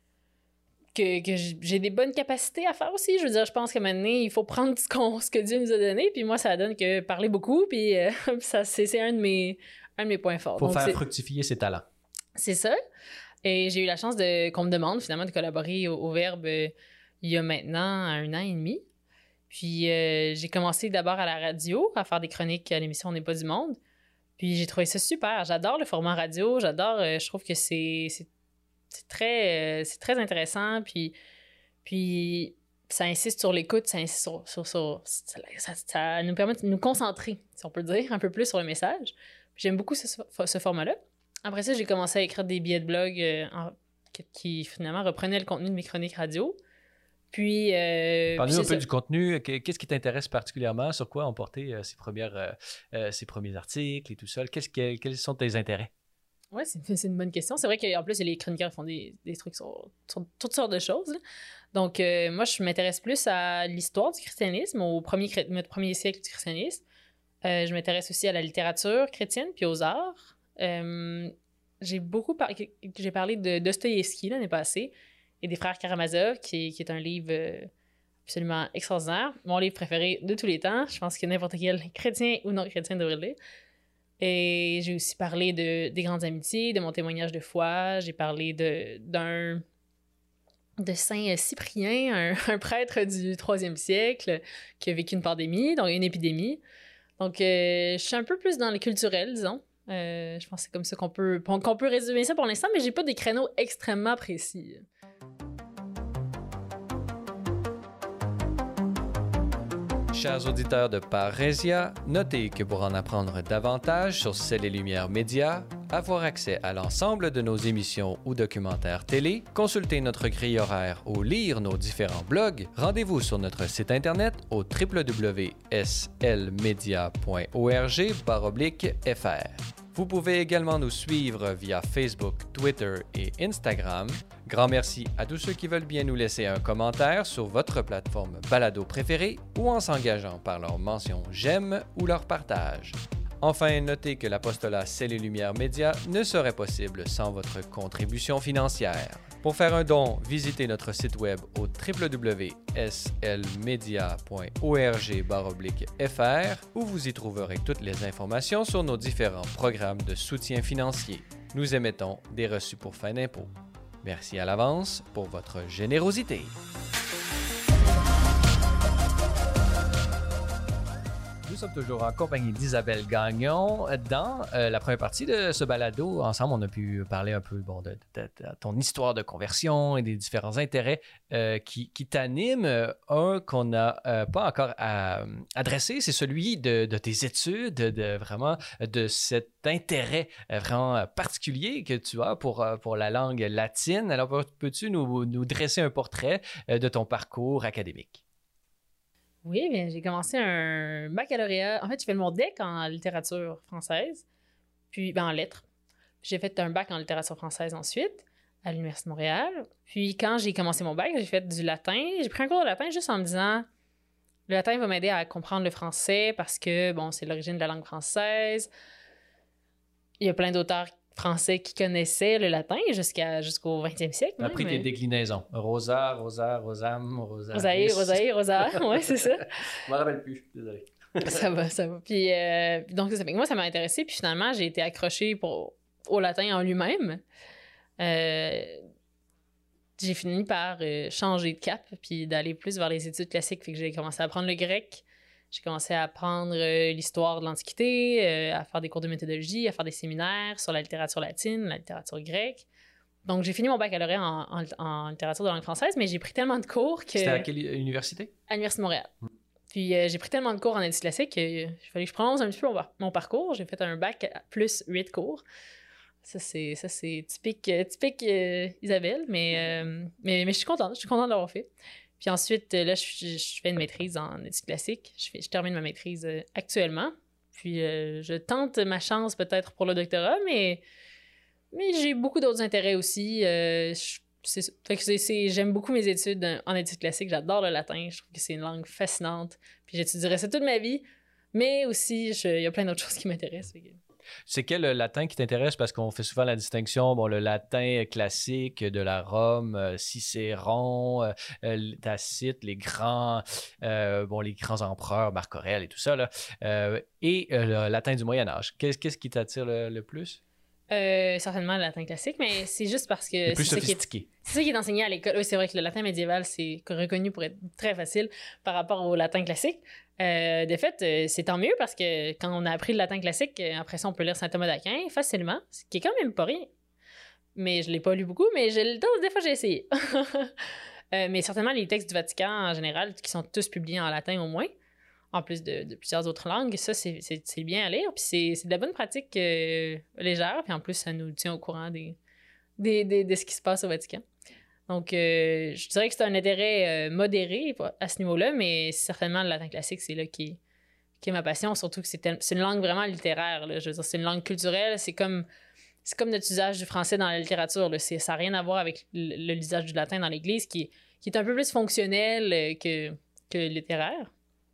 des bonnes capacités à faire aussi. Je veux dire, je pense qu'à un moment donné, il faut prendre ce que Dieu nous a donné, puis moi, ça donne que parler beaucoup, puis ça, c'est un de mes points forts. Il faut faire fructifier ses talents. C'est ça. Et j'ai eu la chance qu'on me demande finalement de collaborer au Verbe il y a maintenant 1 an et demi. Puis j'ai commencé d'abord à la radio, à faire des chroniques à l'émission On n'est pas du monde. Puis j'ai trouvé ça super. J'adore le format radio. Je trouve que c'est très intéressant. Puis ça insiste sur l'écoute, ça insiste ça nous permet de nous concentrer, si on peut dire, un peu plus sur le message. Puis j'aime beaucoup ce format-là. Après ça, j'ai commencé à écrire des billets de blog qui finalement reprenaient le contenu de mes chroniques radio. Puis... Parle-nous un peu du contenu. Qu'est-ce qui t'intéresse particulièrement? Sur quoi ont porté ces premiers articles et tout ça? Quels sont tes intérêts? Oui, c'est une bonne question. C'est vrai qu'en plus, les chroniqueurs font des trucs sur toutes sortes de choses. Là. Donc, moi, je m'intéresse plus à l'histoire du christianisme, notre premier siècle du christianisme. Je m'intéresse aussi à la littérature chrétienne puis aux arts. J'ai parlé de Dostoïevski l'année passée et des frères Karamazov, qui est un livre absolument extraordinaire. Mon livre préféré de tous les temps. Je pense que n'importe quel chrétien ou non-chrétien devrait le lire. Et j'ai aussi parlé des grandes amitiés, de mon témoignage de foi. J'ai parlé de Saint Cyprien, un prêtre du 3e siècle qui a vécu une pandémie, donc une épidémie. Donc, je suis un peu plus dans le culturel, disons. Je pense que c'est comme ça qu'on peut résumer ça pour l'instant, mais j'ai pas des créneaux extrêmement précis. Chers auditeurs de Parésia, notez que pour en apprendre davantage sur Ciel et Lumière Média, avoir accès à l'ensemble de nos émissions ou documentaires télé, consulter notre grille horaire ou lire nos différents blogs, rendez-vous sur notre site internet au www.slmedia.org/fr. Vous pouvez également nous suivre via Facebook, Twitter et Instagram. Grand merci à tous ceux qui veulent bien nous laisser un commentaire sur votre plateforme balado préférée ou en s'engageant par leur mention « J'aime » ou leur partage. Enfin, notez que l'apostolat Ciel et Lumière Média ne serait possible sans votre contribution financière. Pour faire un don, visitez notre site web au www.slmedia.org/fr où vous y trouverez toutes les informations sur nos différents programmes de soutien financier. Nous émettons des reçus pour fin d'impôt. Merci à l'avance pour votre générosité. Nous sommes toujours en compagnie d'Isabelle Gagnon. Dans la première partie de ce balado, ensemble, on a pu parler un peu de ton histoire de conversion et des différents intérêts qui t'animent. Un qu'on n'a pas encore adressé, c'est celui de tes études, vraiment de cet intérêt vraiment particulier que tu as pour la langue latine. Alors, peux-tu nous dresser un portrait de ton parcours académique? Oui, bien, j'ai commencé un baccalauréat. En fait, j'ai fait mon DEC en littérature française, puis en lettres. J'ai fait un bac en littérature française ensuite à l'Université de Montréal. Puis quand j'ai commencé mon bac, j'ai fait du latin. J'ai pris un cours de latin juste en me disant le latin va m'aider à comprendre le français parce que, bon, c'est l'origine de la langue française. Il y a plein d'auteurs français qui connaissaient le latin jusqu'au 20e siècle. Tu as pris tes déclinaisons. Rosa, Rosam, Rosa. Rosa. Ouais, c'est ça. Je me rappelle plus, désolé. Ça va. Puis, donc, ça fait que moi, ça m'a intéressé. Puis finalement, j'ai été accrochée au latin en lui-même. J'ai fini par changer de cap puis d'aller plus vers les études classiques. Fait que j'ai commencé à apprendre le grec. J'ai commencé à apprendre l'histoire de l'Antiquité, à faire des cours de méthodologie, à faire des séminaires sur la littérature latine, la littérature grecque. Donc, j'ai fini mon baccalauréat en littérature de langue française, mais j'ai pris tellement de cours que... C'était à quelle université? À l'Université de Montréal. Puis, j'ai pris tellement de cours en études classiques qu'il fallait que je prononce un petit peu mon parcours. J'ai fait un bac plus 8 cours. Ça, c'est typique Isabelle, mais je suis contente. Je suis contente de l'avoir fait. Puis ensuite, là, je fais une maîtrise en études classiques. Je termine ma maîtrise actuellement. Puis je tente ma chance peut-être pour le doctorat, mais j'ai beaucoup d'autres intérêts aussi. Fait que j'aime beaucoup mes études en études classiques. J'adore le latin. Je trouve que c'est une langue fascinante. Puis j'étudierai ça toute ma vie. Mais aussi, il y a plein d'autres choses qui m'intéressent. C'est quel latin qui t'intéresse? Parce qu'on fait souvent la distinction, le latin classique de la Rome, Cicéron, Tacite, les grands empereurs, Marc Aurèle et tout ça, là, et le latin du Moyen-Âge. Qu'est-ce qui t'attire le plus? Certainement le latin classique, mais c'est juste parce que le plus sophistiqué. C'est ça qui est enseigné à l'école. Oui, c'est vrai que le latin médiéval, c'est reconnu pour être très facile par rapport au latin classique. De fait, c'est tant mieux parce que quand on a appris le latin classique, après ça, on peut lire Saint Thomas d'Aquin facilement, ce qui est quand même pas rien. Mais je l'ai pas lu beaucoup, mais des fois, j'ai essayé. Mais certainement, les textes du Vatican, en général, qui sont tous publiés en latin au moins, en plus de plusieurs autres langues, ça, c'est bien à lire. Puis c'est de la bonne pratique légère. Puis en plus, ça nous tient au courant de ce qui se passe au Vatican. Donc, je dirais que c'est un intérêt modéré à ce niveau-là, mais certainement, le latin classique, c'est là qui est ma passion. Surtout que c'est une langue vraiment littéraire. Là. Je veux dire, c'est une langue culturelle. C'est comme notre usage du français dans la littérature. Là. Ça n'a rien à voir avec l'usage du latin dans l'Église, qui est un peu plus fonctionnel que littéraire.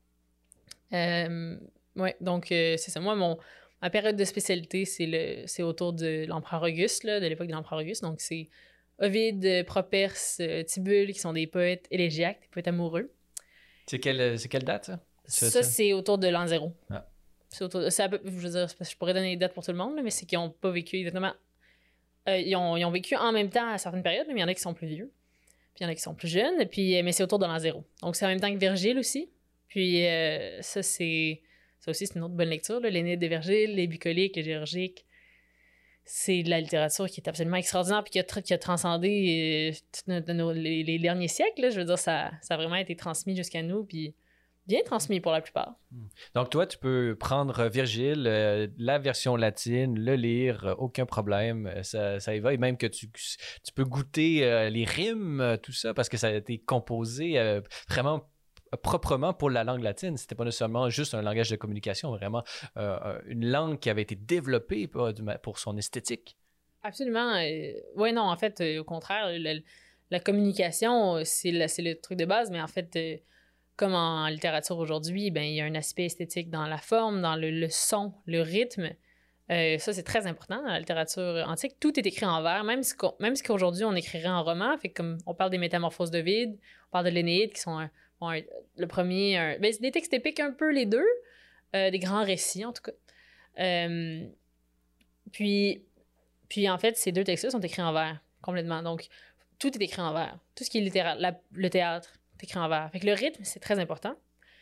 Ouais, donc c'est ça. Moi, ma période de spécialité, c'est autour de l'empereur Auguste, là, de l'époque de l'empereur Auguste. Donc, c'est Ovide, Properce, Tibulle, qui sont des poètes élégiaques, des poètes amoureux. C'est quelle date, ça? Ça, c'est autour de l'an 0. Ah. Je veux dire, je pourrais donner des dates pour tout le monde, là, mais c'est qu'ils n'ont pas vécu exactement... ils ont vécu en même temps à certaines périodes, mais il y en a qui sont plus vieux. Puis il y en a qui sont plus jeunes, mais c'est autour de l'an 0. Donc, c'est en même temps que Virgile aussi. Puis ça aussi, c'est une autre bonne lecture. L'Énéide de Virgile, les bucoliques, les géorgiques. C'est de la littérature qui est absolument extraordinaire puis qui a transcendé les derniers siècles. Là. Je veux dire, ça a vraiment été transmis jusqu'à nous, puis bien transmis pour la plupart. Donc toi, tu peux prendre Virgile, la version latine, le lire, aucun problème, ça y va. Et même que tu peux goûter les rimes, tout ça, parce que ça a été composé vraiment proprement pour la langue latine. C'était pas nécessairement juste un langage de communication, vraiment une langue qui avait été développée pour son esthétique. Absolument. Oui, non, en fait, au contraire, la communication, c'est le truc de base, mais en fait, comme en littérature aujourd'hui, ben, il y a un aspect esthétique dans la forme, dans le son, le rythme. Ça, c'est très important dans la littérature antique. Tout est écrit en vers, même si qu'aujourd'hui, on écrirait en roman. Fait comme on parle des métamorphoses d'Ovide, on parle de l'Énéide, qui sont le premier... ben, c'est des textes épiques un peu, les deux. Des grands récits, en tout cas. Puis, en fait, ces deux textes-là sont écrits en vers, complètement. Donc, tout est écrit en vers. Tout ce qui est littéral, le théâtre est écrit en vers. Fait que le rythme, c'est très important.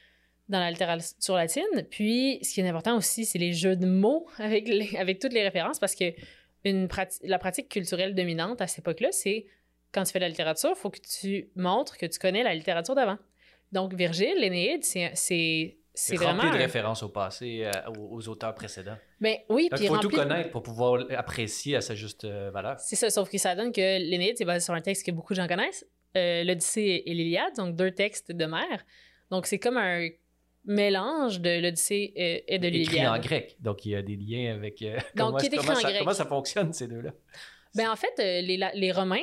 dans la littérature latine. Puis, ce qui est important aussi, c'est les jeux de mots avec toutes les références, parce que la pratique culturelle dominante à cette époque-là, c'est quand tu fais de la littérature, il faut que tu montres que tu connais la littérature d'avant. Donc, Virgile, l'Énéide, c'est vraiment... Rempli de références au passé, aux auteurs précédents. Ben oui, donc, il faut tout connaître pour pouvoir apprécier à sa juste valeur. C'est ça, sauf que ça donne que l'Énéide, c'est basé sur un texte que beaucoup de gens connaissent, l'Odyssée et l'Iliade, donc 2 textes d'Homère. Donc, c'est comme un mélange de l'Odyssée et de l'Iliade. Écrit en grec, donc il y a des liens avec... donc, qui est écrit en grec. Comment ça fonctionne, ces deux-là? Ben en fait, les Romains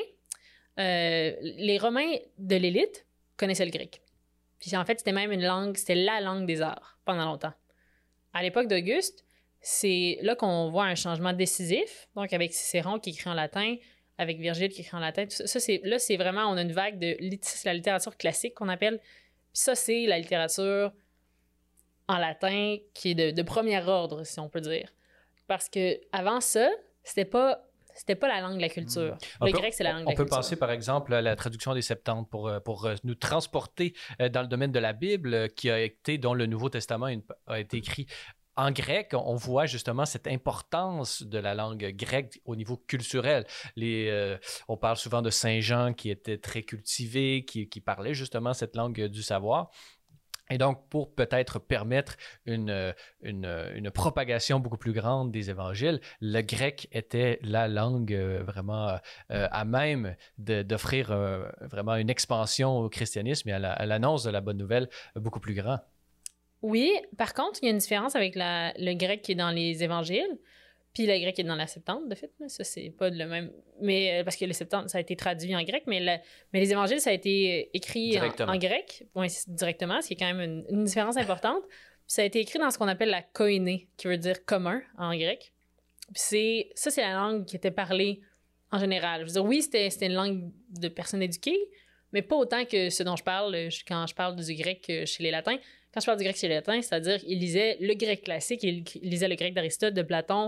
de l'élite connaissaient le grec. Puis en fait, c'était même c'était la langue des arts pendant longtemps. À l'époque d'Auguste, c'est là qu'on voit un changement décisif, donc avec Cicéron qui écrit en latin, avec Virgile qui écrit en latin, tout ça c'est vraiment, on a une vague c'est la littérature classique qu'on appelle, puis ça, c'est la littérature en latin qui est de premier ordre, si on peut dire. Parce que avant ça, c'était pas la langue de la culture. Le grec, c'est la langue de la culture. On peut penser, par exemple, à la traduction des Septante pour nous transporter dans le domaine de la Bible, dont le Nouveau Testament a été écrit en grec. On voit justement cette importance de la langue grecque au niveau culturel. On parle souvent de Saint Jean qui était très cultivé, qui parlait justement cette langue du savoir. Et donc, pour peut-être permettre une propagation beaucoup plus grande des évangiles, le grec était la langue vraiment à même d'offrir vraiment une expansion au christianisme et à l'annonce de la bonne nouvelle beaucoup plus grand. Oui, par contre, il y a une différence avec le grec qui est dans les évangiles, puis le grec qui est dans la Septante, de fait. Ça, c'est pas le même... Mais parce que le Septante, ça a été traduit en grec, mais les évangiles, ça a été écrit en grec, directement, ce qui est quand même une différence importante. Puis ça a été écrit dans ce qu'on appelle la koiné, qui veut dire commun en grec. Puis c'est la langue qui était parlée en général. Je veux dire, oui, c'était une langue de personnes éduquées, mais pas autant que ce dont je parle quand je parle du grec chez les latins. Quand je parle du grec chez les latins, c'est-à-dire qu'ils lisaient le grec classique, ils lisaient le grec d'Aristote, de Platon,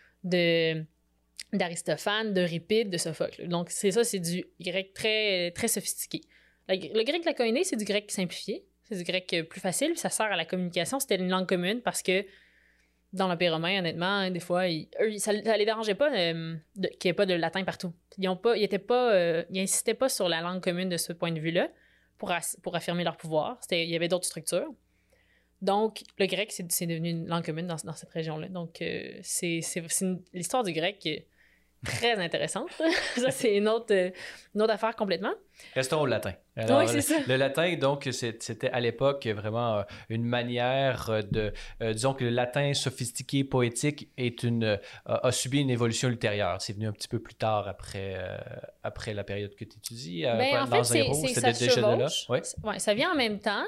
d'Aristophane, d'Euripide, de Sophocle. Donc, c'est du grec très, très sophistiqué. Le grec de la koiné, c'est du grec simplifié. C'est du grec plus facile, puis ça sert à la communication. C'était une langue commune parce que dans l'Empire romain, honnêtement, des fois, ça les dérangeait pas qu'il n'y ait pas de latin partout. Ils n'insistaient pas sur la langue commune de ce point de vue-là pour affirmer leur pouvoir. Il y avait d'autres structures. Donc, le grec, c'est devenu une langue commune dans cette région-là. Donc, l'histoire du grec qui est très intéressante. Ça, c'est une autre affaire complètement. Restons au latin. Alors, oui, c'est ça. Le latin, donc, c'était à l'époque vraiment une manière disons que le latin sophistiqué, poétique, a subi une évolution ultérieure. C'est venu un petit peu plus tard après la période que tu étudies. En fait, c'était déjà de là. Oui? Ouais, ça vient en même temps.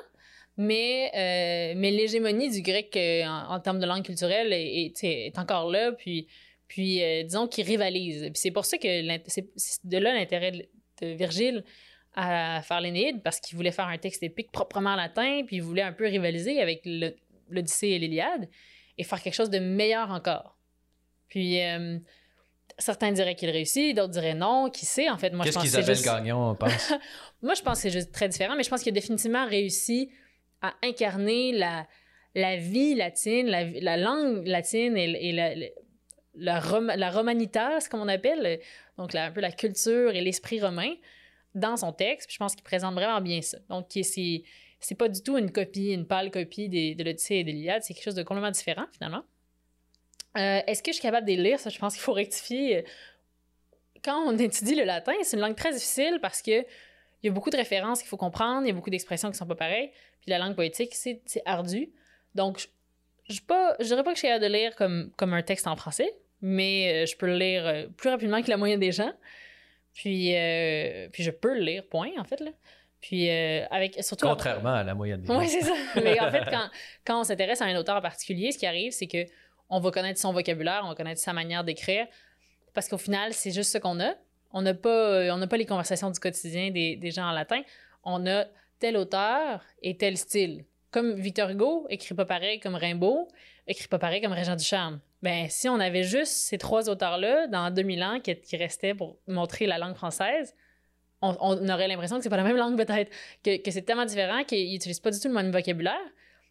Mais l'hégémonie du grec en termes de langue culturelle est encore là, puis disons qu'il rivalise. Puis c'est pour ça que c'est de là l'intérêt de Virgile à faire l'Énéide, parce qu'il voulait faire un texte épique proprement latin, puis il voulait un peu rivaliser avec l'Odyssée et l'Iliade, et faire quelque chose de meilleur encore. Puis certains diraient qu'il réussit, d'autres diraient non, qui sait, en fait. Moi, Qu'est-ce qu'Isabelle Gagnon pense? Moi, je pense que c'est juste très différent, mais je pense qu'il a définitivement réussi à incarner la vie latine, la langue latine et la romanitas, comme on appelle, donc un peu la culture et l'esprit romain, dans son texte. Puis je pense qu'il présente vraiment bien ça. Donc, c'est pas du tout une pâle copie de l'Odyssée et de l'Iliade, c'est quelque chose de complètement différent, finalement. Est-ce que je suis capable de les lire? Ça, je pense qu'il faut rectifier. Quand on étudie le latin, c'est une langue très difficile parce que il y a beaucoup de références qu'il faut comprendre, il y a beaucoup d'expressions qui sont pas pareilles, puis la langue poétique, c'est ardu. Donc, je dirais pas que je suis capable de lire comme un texte en français, mais je peux le lire plus rapidement que la moyenne des gens. Puis je peux le lire, point, en fait, là. Puis surtout... Contrairement à la moyenne des gens. Oui, c'est ça. Mais en fait, quand on s'intéresse à un auteur en particulier, ce qui arrive, c'est que on va connaître son vocabulaire, on va connaître sa manière d'écrire, parce qu'au final, c'est juste ce qu'on a. On n'a pas les conversations du quotidien des gens en latin. On a tel auteur et tel style. Comme Victor Hugo, écrit pas pareil comme Rimbaud, écrit pas pareil comme Régent Ducharme. Ben, si on avait juste ces 3 auteurs-là, dans 2000 ans, qui restaient pour montrer la langue française, on aurait l'impression que c'est pas la même langue, peut-être. Que c'est tellement différent qu'ils n'utilisent pas du tout le même vocabulaire.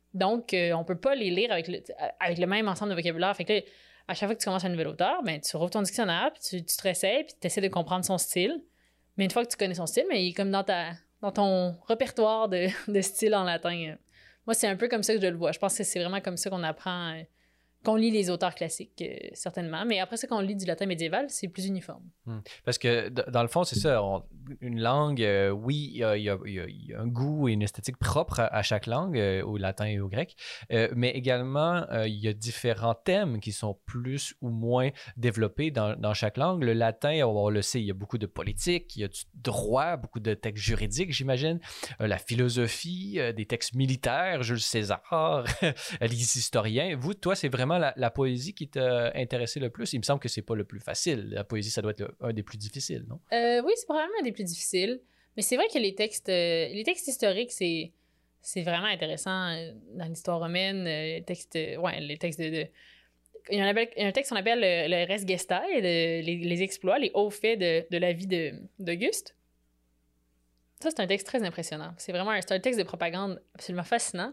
Donc, on peut pas les lire avec le même ensemble de vocabulaire. Fait que là, à chaque fois que tu commences un nouvel auteur, ben, tu rouvres ton dictionnaire, puis tu te réessayes, puis tu essaies de comprendre son style. Mais une fois que tu connais son style, mais il est comme dans ton répertoire de style en latin. Moi, c'est un peu comme ça que je le vois. Je pense que c'est vraiment comme ça qu'on apprend, qu'on lit les auteurs classiques, certainement. Mais après ça, quand on lit du latin médiéval, c'est plus uniforme. Parce que, dans le fond, c'est ça. Une langue, oui, il y a un goût et une esthétique propre à chaque langue, au latin et au grec. Mais également, il y a différents thèmes qui sont plus ou moins développés dans chaque langue. Le latin, on le sait, il y a beaucoup de politique, il y a du droit, beaucoup de textes juridiques, j'imagine. La philosophie, des textes militaires, Jules César, les historiens. Toi, c'est vraiment la poésie qui t'a intéressé le plus? Il me semble que c'est pas le plus facile. La poésie, ça doit être un des plus difficiles, non? Oui, c'est probablement un des plus difficiles. Mais c'est vrai que les textes historiques, c'est vraiment intéressant dans l'histoire romaine. Les textes de il y a un texte qu'on appelle le Res Gestae, les exploits, les hauts faits de la vie d'Auguste. Ça, c'est un texte très impressionnant. C'est un texte de propagande absolument fascinant.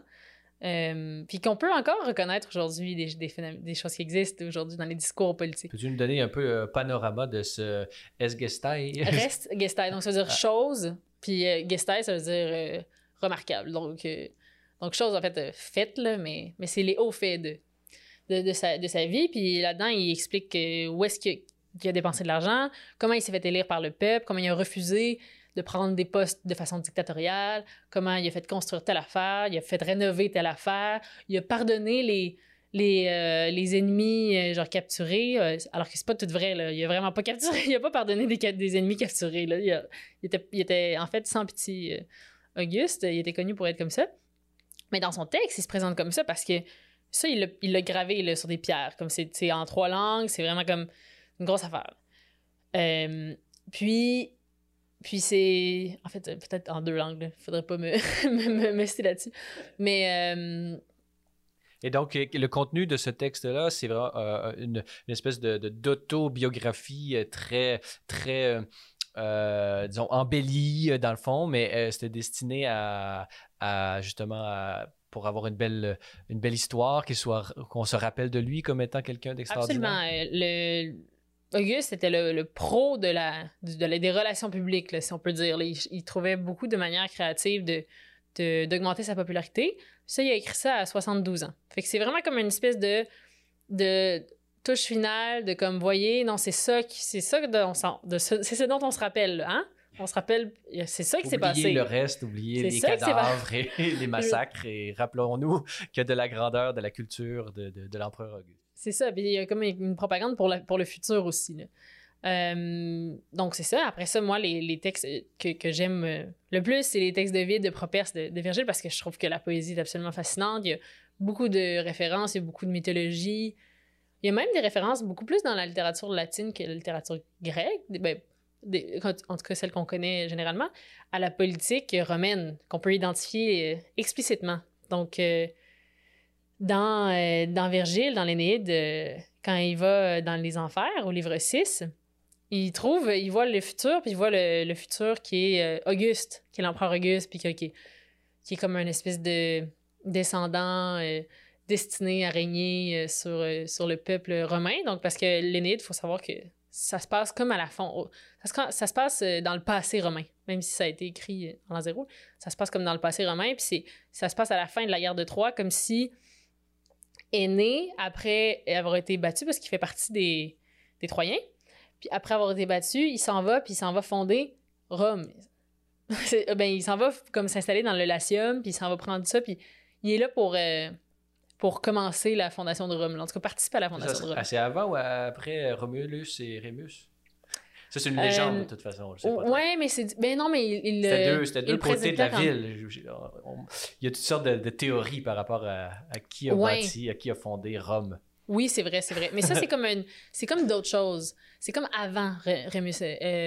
Puis qu'on peut encore reconnaître aujourd'hui des choses qui existent aujourd'hui dans les discours politiques. Peux-tu nous donner un peu un panorama de ce Res Gestae? Res Gestae, donc ça veut dire chose, puis Gestae, ça veut dire remarquable. Donc chose, en fait, faite, là, mais c'est les hauts faits de sa vie. Puis là-dedans, il explique où est-ce qu'il a dépensé de l'argent, comment il s'est fait élire par le peuple, comment il a refusé de prendre des postes de façon dictatoriale, comment il a fait construire telle affaire, il a fait rénover telle affaire, il a pardonné les ennemis genre capturés, alors que c'est pas tout vrai, là. Il a vraiment pas capturé, il a pas pardonné des ennemis capturés, là. Il était en fait sans pitié. Auguste, il était connu pour être comme ça. Mais dans son texte, il se présente comme ça parce que ça, il l'a gravé là, sur des pierres, comme c'est en 3 langues, c'est vraiment comme une grosse affaire. Puis c'est... En fait, peut-être en 2 langues, il faudrait pas me citer là-dessus. Mais... Et donc, le contenu de ce texte-là, c'est vraiment une espèce d'autobiographie très, très, disons, embellie dans le fond, mais c'était destiné justement pour avoir une belle histoire, qu'on se rappelle de lui comme étant quelqu'un d'extraordinaire. Absolument. Auguste était le pro des relations publiques, là, si on peut dire. Là, il trouvait beaucoup de manières créatives d'augmenter sa popularité. Ça, il a écrit ça à 72 ans. Fait que c'est vraiment comme une espèce de touche finale, de comme, voyez, non, c'est ça dont on se rappelle, hein? On se rappelle, c'est ça qui s'est passé. Oubliez le reste, oubliez les cadavres et les massacres, et rappelons-nous que de la grandeur de la culture de l'empereur Auguste. C'est ça, puis il y a comme une propagande pour le futur aussi, là. Donc c'est ça. Après ça, moi, les textes que j'aime le plus, c'est les textes d'Ovide, de Properce, de Virgile, parce que je trouve que la poésie est absolument fascinante. Il y a beaucoup de références, il y a beaucoup de mythologie. Il y a même des références beaucoup plus dans la littérature latine que la littérature grecque, en tout cas celle qu'on connaît généralement, à la politique romaine, qu'on peut identifier explicitement. Donc, dans Virgile, dans l'Énéide, quand il va dans les enfers, au livre 6, il voit le futur, puis il voit le futur qui est Auguste, qui est l'empereur Auguste, puis qui est comme un espèce de descendant destiné à régner sur le peuple romain. Donc, parce que l'Énéide, il faut savoir que ça se passe comme à la fin. Ça se passe dans le passé romain, même si ça a été écrit en l'an 0. Ça se passe comme dans le passé romain, puis ça se passe à la fin de la guerre de Troie, comme si Énée, après avoir été battu, parce qu'il fait partie des Troyens, puis après avoir été battu, il s'en va fonder Rome. Il s'en va comme s'installer dans le Latium, puis il s'en va prendre ça, puis il est là pour commencer la fondation de Rome. En tout cas, participer à la fondation de Rome. C'est avant ou après Romulus et Rémus? Ça, c'est une légende, de toute façon. Oui, mais c'est... Ben non, mais c'était deux côtés de la ville. Il y a toutes sortes de théories par rapport à qui a bâti, à qui a fondé Rome. Oui, c'est vrai. Mais ça, c'est comme d'autres choses. C'est comme avant Romulus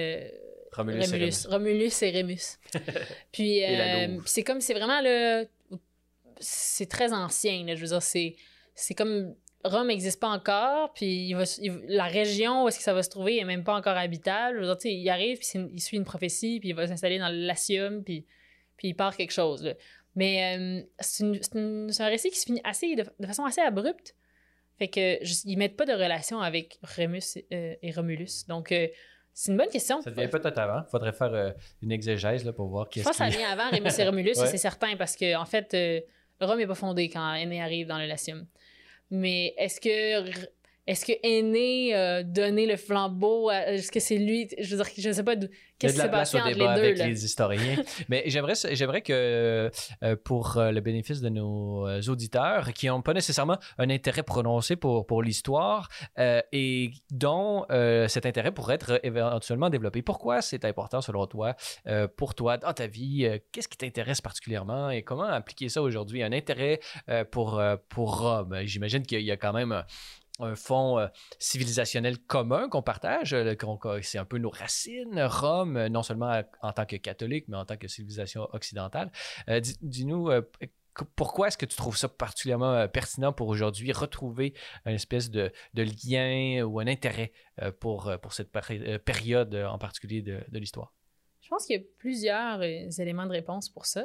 et Rémus. Puis, c'est vraiment le... C'est très ancien, là, je veux dire, c'est comme... Rome n'existe pas encore, puis la région où est-ce que ça va se trouver n'est même pas encore habitable. Je veux dire, il arrive, puis il suit une prophétie, puis il va s'installer dans le Latium, puis il part quelque chose, là. Mais c'est un récit qui se finit de façon assez abrupte. Fait que ils mettent pas de relation avec Rémus et Romulus. Donc, c'est une bonne question. Ça devient peut-être avant. Il faudrait faire une exégèse là, pour voir Je pense que ça vient avant Rémus et Romulus, Ouais. c'est certain, parce que en fait, Rome n'est pas fondée quand Aîné arrive dans le Latium. Mais est-ce que Aîné a donné le flambeau est-ce que c'est lui? Je veux dire, je sais pas qu'est-ce qui s'est passé entre les deux. avec là. les historiens. Mais j'aimerais que, pour le bénéfice de nos auditeurs qui n'ont pas nécessairement un intérêt prononcé pour l'histoire et dont cet intérêt pourrait être éventuellement développé. Pourquoi c'est important selon toi, pour toi, dans ta vie? Qu'est-ce qui t'intéresse particulièrement et comment appliquer ça aujourd'hui? Un intérêt pour Rome. J'imagine qu'il y a quand même un fond civilisationnel commun qu'on partage. C'est un peu nos racines, Rome, non seulement en tant que catholique, mais en tant que civilisation occidentale. Dis-nous, pourquoi est-ce que tu trouves ça particulièrement pertinent pour aujourd'hui, retrouver une espèce de lien ou un intérêt pour cette période en particulier de l'histoire? Je pense qu'il y a plusieurs éléments de réponse pour ça.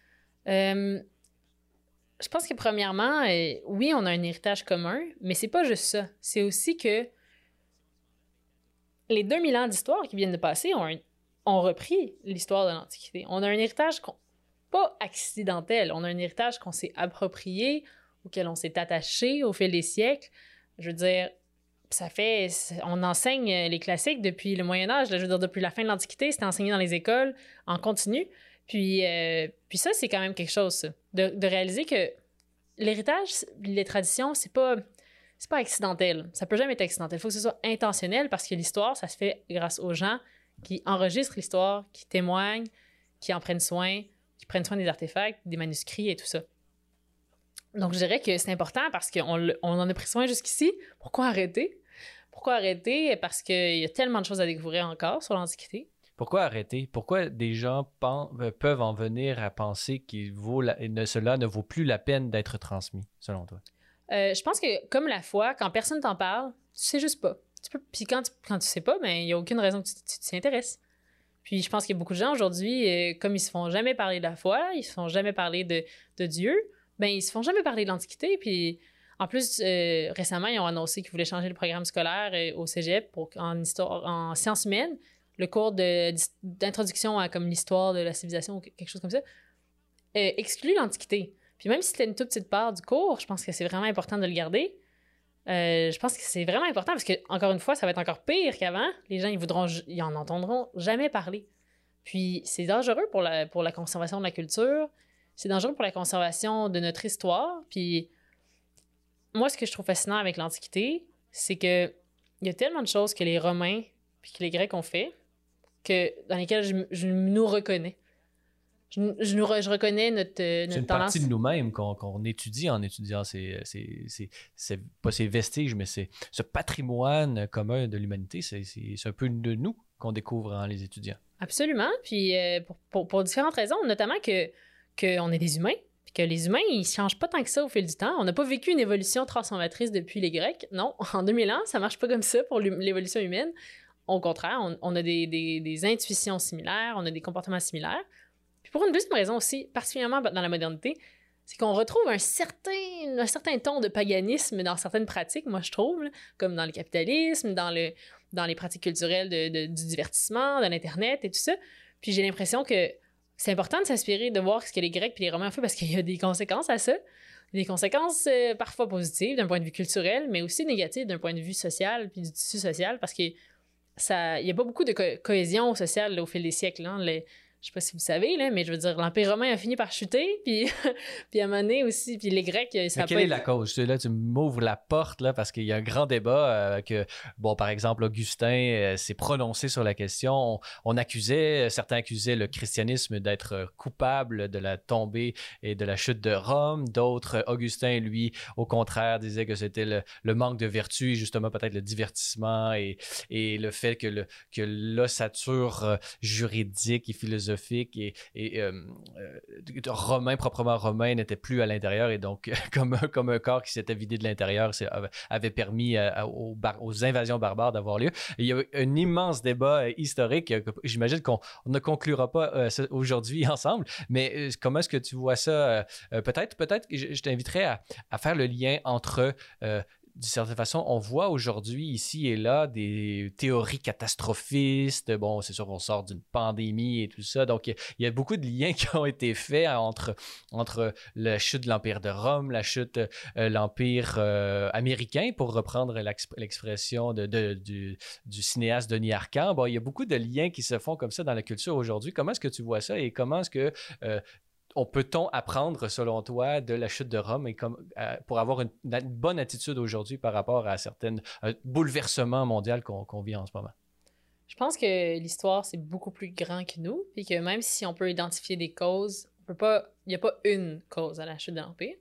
Je pense que premièrement, oui, on a un héritage commun, mais c'est pas juste ça. C'est aussi que les 2000 ans d'histoire qui viennent de passer ont repris l'histoire de l'Antiquité. On a un héritage pas accidentel, on a un héritage qu'on s'est approprié, auquel on s'est attaché au fil des siècles. Je veux dire, on enseigne les classiques depuis le Moyen-Âge. Je veux dire, depuis la fin de l'Antiquité, c'était enseigné dans les écoles en continu. Puis ça, c'est quand même quelque chose, ça. De réaliser que l'héritage, les traditions, c'est pas accidentel. Ça peut jamais être accidentel. Il faut que ce soit intentionnel parce que l'histoire, ça se fait grâce aux gens qui enregistrent l'histoire, qui témoignent, qui en prennent soin, qui prennent soin des artefacts, des manuscrits et tout ça. Donc, je dirais que c'est important parce qu'on en a pris soin jusqu'ici. Pourquoi arrêter? Pourquoi arrêter? Parce qu'il y a tellement de choses à découvrir encore sur l'Antiquité. Pourquoi arrêter? Pourquoi des gens peuvent en venir à penser cela ne vaut plus la peine d'être transmis, selon toi? Je pense que, comme la foi, quand personne t'en parle, tu sais juste pas. Puis quand tu sais pas, ben, il n'y a aucune raison que tu t'y intéresses. Puis je pense qu'il y a beaucoup de gens aujourd'hui, comme ils se font jamais parler de la foi, ils se font jamais parler de Dieu, ben ils se font jamais parler de l'Antiquité. Puis en plus, récemment, ils ont annoncé qu'ils voulaient changer le programme scolaire au cégep en sciences humaines. Le cours d'introduction à comme l'histoire de la civilisation ou quelque chose comme ça, exclut l'Antiquité. Puis même si c'était une toute petite part du cours, je pense que c'est vraiment important de le garder. Je pense que c'est vraiment important parce que, encore une fois, ça va être encore pire qu'avant. Les gens, ils en entendront jamais parler. Puis c'est dangereux pour la conservation de la culture. C'est dangereux pour la conservation de notre histoire. Puis moi, ce que je trouve fascinant avec l'Antiquité, c'est que il y a tellement de choses que les Romains puis que les Grecs ont fait dans lesquelles je nous reconnais. Je reconnais notre c'est une tendance. partie de nous-mêmes qu'on étudie en étudiant pas ces vestiges, mais ce patrimoine commun de l'humanité. C'est un peu de nous qu'on découvre en les étudiant. Absolument. Puis pour différentes raisons, notamment qu'on est des humains, puis que les humains, ils ne changent pas tant que ça au fil du temps. On n'a pas vécu une évolution transformatrice depuis les Grecs. Non, en 2000 ans, ça ne marche pas comme ça pour l'évolution humaine. Au contraire, on a des intuitions similaires, on a des comportements similaires. Puis pour une deuxième raison aussi, particulièrement dans la modernité, c'est qu'on retrouve un certain ton de paganisme dans certaines pratiques, moi je trouve, là, comme dans le capitalisme, dans les pratiques culturelles du divertissement, de l'Internet et tout ça. Puis j'ai l'impression que c'est important de s'inspirer, de voir ce que les Grecs et les Romains ont fait parce qu'il y a des conséquences à ça. Des conséquences parfois positives d'un point de vue culturel, mais aussi négatives d'un point de vue social puis du tissu social parce que il n'y a pas beaucoup de cohésion sociale là, au fil des siècles. Hein. Je sais pas si vous savez, là, mais je veux dire, l'Empire romain a fini par chuter, puis à un moment donné aussi, puis les Grecs, ça mais quelle est la cause? Là, tu m'ouvres la porte, là, parce qu'il y a un grand débat par exemple, Augustin s'est prononcé sur la question. Certains accusaient le christianisme d'être coupable de la tombée et de la chute de Rome. D'autres, Augustin, lui, au contraire, disait que c'était le manque de vertu, justement, peut-être le divertissement et le fait que l'ossature juridique et philosophique philosophique et romain, proprement romain, n'était plus à l'intérieur et donc comme un corps qui s'était vidé de l'intérieur avait permis aux invasions barbares d'avoir lieu. Et il y a un immense débat historique que j'imagine qu'on ne conclura pas aujourd'hui ensemble, mais comment est-ce que tu vois ça? Peut-être que je t'inviterais à faire le lien entre d'une certaine façon, on voit aujourd'hui, ici et là, des théories catastrophistes. Bon, c'est sûr qu'on sort d'une pandémie et tout ça. Donc, il y a beaucoup de liens qui ont été faits entre la chute de l'Empire de Rome, la chute de l'Empire américain, pour reprendre l'expression du cinéaste Denis Arcand. Bon, il y a beaucoup de liens qui se font comme ça dans la culture aujourd'hui. Comment est-ce que tu vois ça et comment est-ce que peut-on apprendre, selon toi, de la chute de Rome et pour avoir une bonne attitude aujourd'hui par rapport à certains bouleversements mondiaux qu'on vit en ce moment? Je pense que l'histoire, c'est beaucoup plus grand que nous, puis que même si on peut identifier des causes, il n'y a pas une cause à la chute de l'Empire.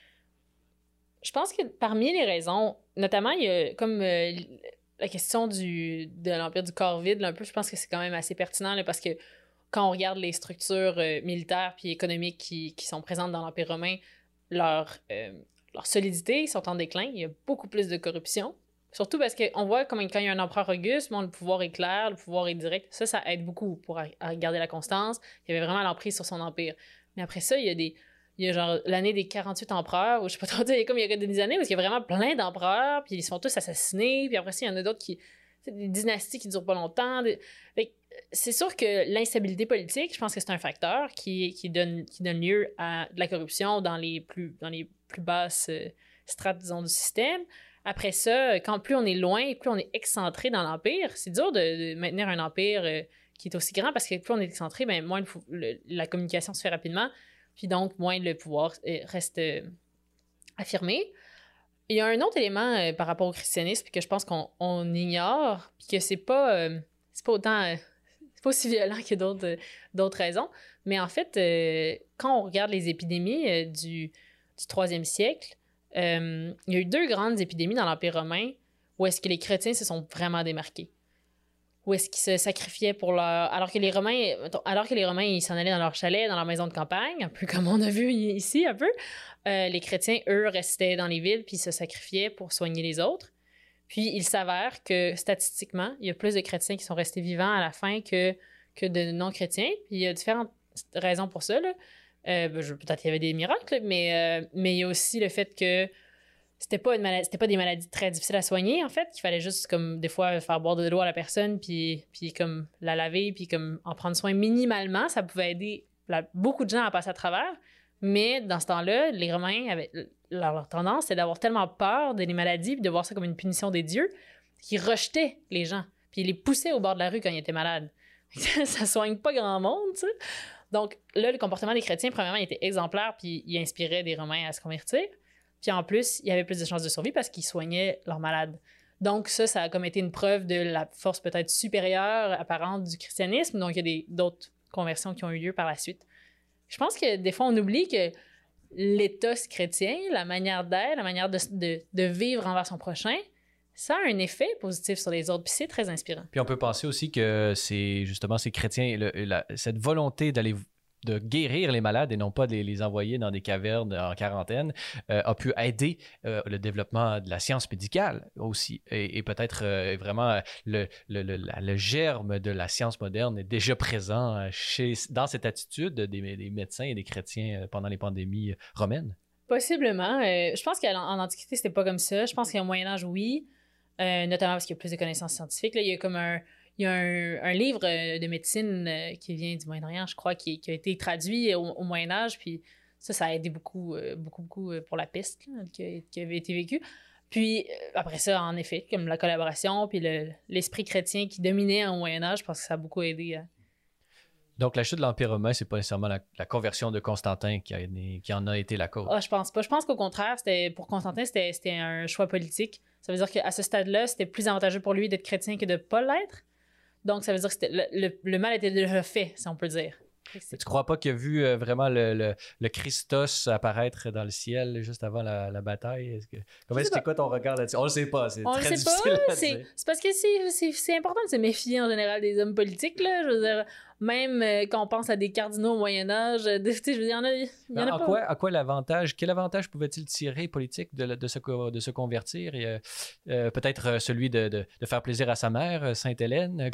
Je pense que parmi les raisons, notamment, il y a comme la question de l'Empire du corps vide, un peu, je pense que c'est quand même assez pertinent, là, parce que quand on regarde les structures militaires puis économiques qui sont présentes dans l'Empire romain, leur solidité sont en déclin. Il y a beaucoup plus de corruption. Surtout parce qu'on voit quand il y a un empereur auguste, le pouvoir est clair, le pouvoir est direct. Ça aide beaucoup pour garder la constance. Il y avait vraiment l'emprise sur son empire. Mais après ça, il y a genre l'année des 48 empereurs, ou je sais pas trop dire, comme il y a des années, parce qu'il y a vraiment plein d'empereurs, puis ils se font tous assassiner, puis après ça, il y en a d'autres des dynasties qui durent pas longtemps. C'est sûr que l'instabilité politique, je pense que c'est un facteur qui donne lieu à de la corruption dans les plus basses strates, disons, du système. Après ça, quand plus on est loin, plus on est excentré dans l'empire, c'est dur de maintenir un empire qui est aussi grand parce que plus on est excentré, ben, moins la communication se fait rapidement, puis donc moins le pouvoir reste affirmé. Il y a un autre élément par rapport au christianisme que je pense qu'on ignore, puis que c'est pas autant... c'est pas aussi violent que d'autres raisons. Mais en fait, quand on regarde les épidémies du 3e siècle, il y a eu 2 grandes épidémies dans l'Empire romain où est-ce que les chrétiens se sont vraiment démarqués. Où est-ce qu'ils se sacrifiaient pour leur... Alors que les Romains, ils s'en allaient dans leur chalet, dans leur maison de campagne, un peu comme on a vu ici, un peu. Les chrétiens, eux, restaient dans les villes puis se sacrifiaient pour soigner les autres. Puis, il s'avère que, statistiquement, il y a plus de chrétiens qui sont restés vivants à la fin que de non-chrétiens. Puis, il y a différentes raisons pour ça, là. Peut-être qu'il y avait des miracles, mais il y a aussi le fait que c'était pas des maladies très difficiles à soigner, en fait, qu'il fallait juste, comme, des fois, faire boire de l'eau à la personne, puis comme, la laver, puis comme, en prendre soin minimalement. Ça pouvait aider beaucoup de gens à passer à travers. Mais dans ce temps-là, les Romains avaient... Leur tendance, c'est d'avoir tellement peur des maladies puis de voir ça comme une punition des dieux qu'ils rejetaient les gens. Puis ils les poussaient au bord de la rue quand ils étaient malades. Ça soigne pas grand monde, tu sais. Donc là, le comportement des chrétiens, premièrement, il était exemplaire puis il inspirait des Romains à se convertir. Puis en plus, il y avait plus de chances de survie parce qu'ils soignaient leurs malades. Donc ça a comme été une preuve de la force peut-être supérieure apparente du christianisme. Donc il y a d'autres conversions qui ont eu lieu par la suite. Je pense que des fois, on oublie que l'éthos chrétien, la manière d'être, la manière de vivre envers son prochain, ça a un effet positif sur les autres, puis c'est très inspirant. Puis on peut penser aussi que c'est justement ces chrétiens, cette volonté de guérir les malades et non pas de les envoyer dans des cavernes en quarantaine, a pu aider le développement de la science médicale aussi. Et peut-être vraiment le germe de la science moderne est déjà présent dans cette attitude des médecins et des chrétiens pendant les pandémies romaines. Possiblement. Je pense qu'en Antiquité, c'était pas comme ça. Je pense qu'au Moyen-Âge, oui. Notamment parce qu'il y a plus de connaissances scientifiques. Là, il y a un livre de médecine qui vient du Moyen-Orient, je crois, qui a été traduit au Moyen-Âge, puis ça a aidé beaucoup pour la peste là, qui avait été vécue. Puis après ça, en effet, comme la collaboration, puis l'esprit chrétien qui dominait au Moyen-Âge, je pense que ça a beaucoup aidé. Donc, la chute de l'Empire romain, c'est pas nécessairement la conversion de Constantin qui en a été la cause. Ah, je pense pas. Je pense qu'au contraire, pour Constantin, c'était un choix politique. Ça veut dire qu'à ce stade-là, c'était plus avantageux pour lui d'être chrétien que de ne pas l'être. Donc, ça veut dire que le mal était déjà fait, si on peut dire. Tu crois pas qu'il a vu vraiment le Christos apparaître dans le ciel juste avant la bataille? C'est quoi ton regard là-dessus? On le sait pas, c'est très difficile à dire. C'est parce que c'est important de se méfier en général des hommes politiques, là. Je veux dire, Même quand on pense à des cardinaux au Moyen-Âge, je veux dire, il y en a pas. Quel avantage pouvait-il tirer politique de se convertir et peut-être celui de faire plaisir à sa mère, Sainte-Hélène?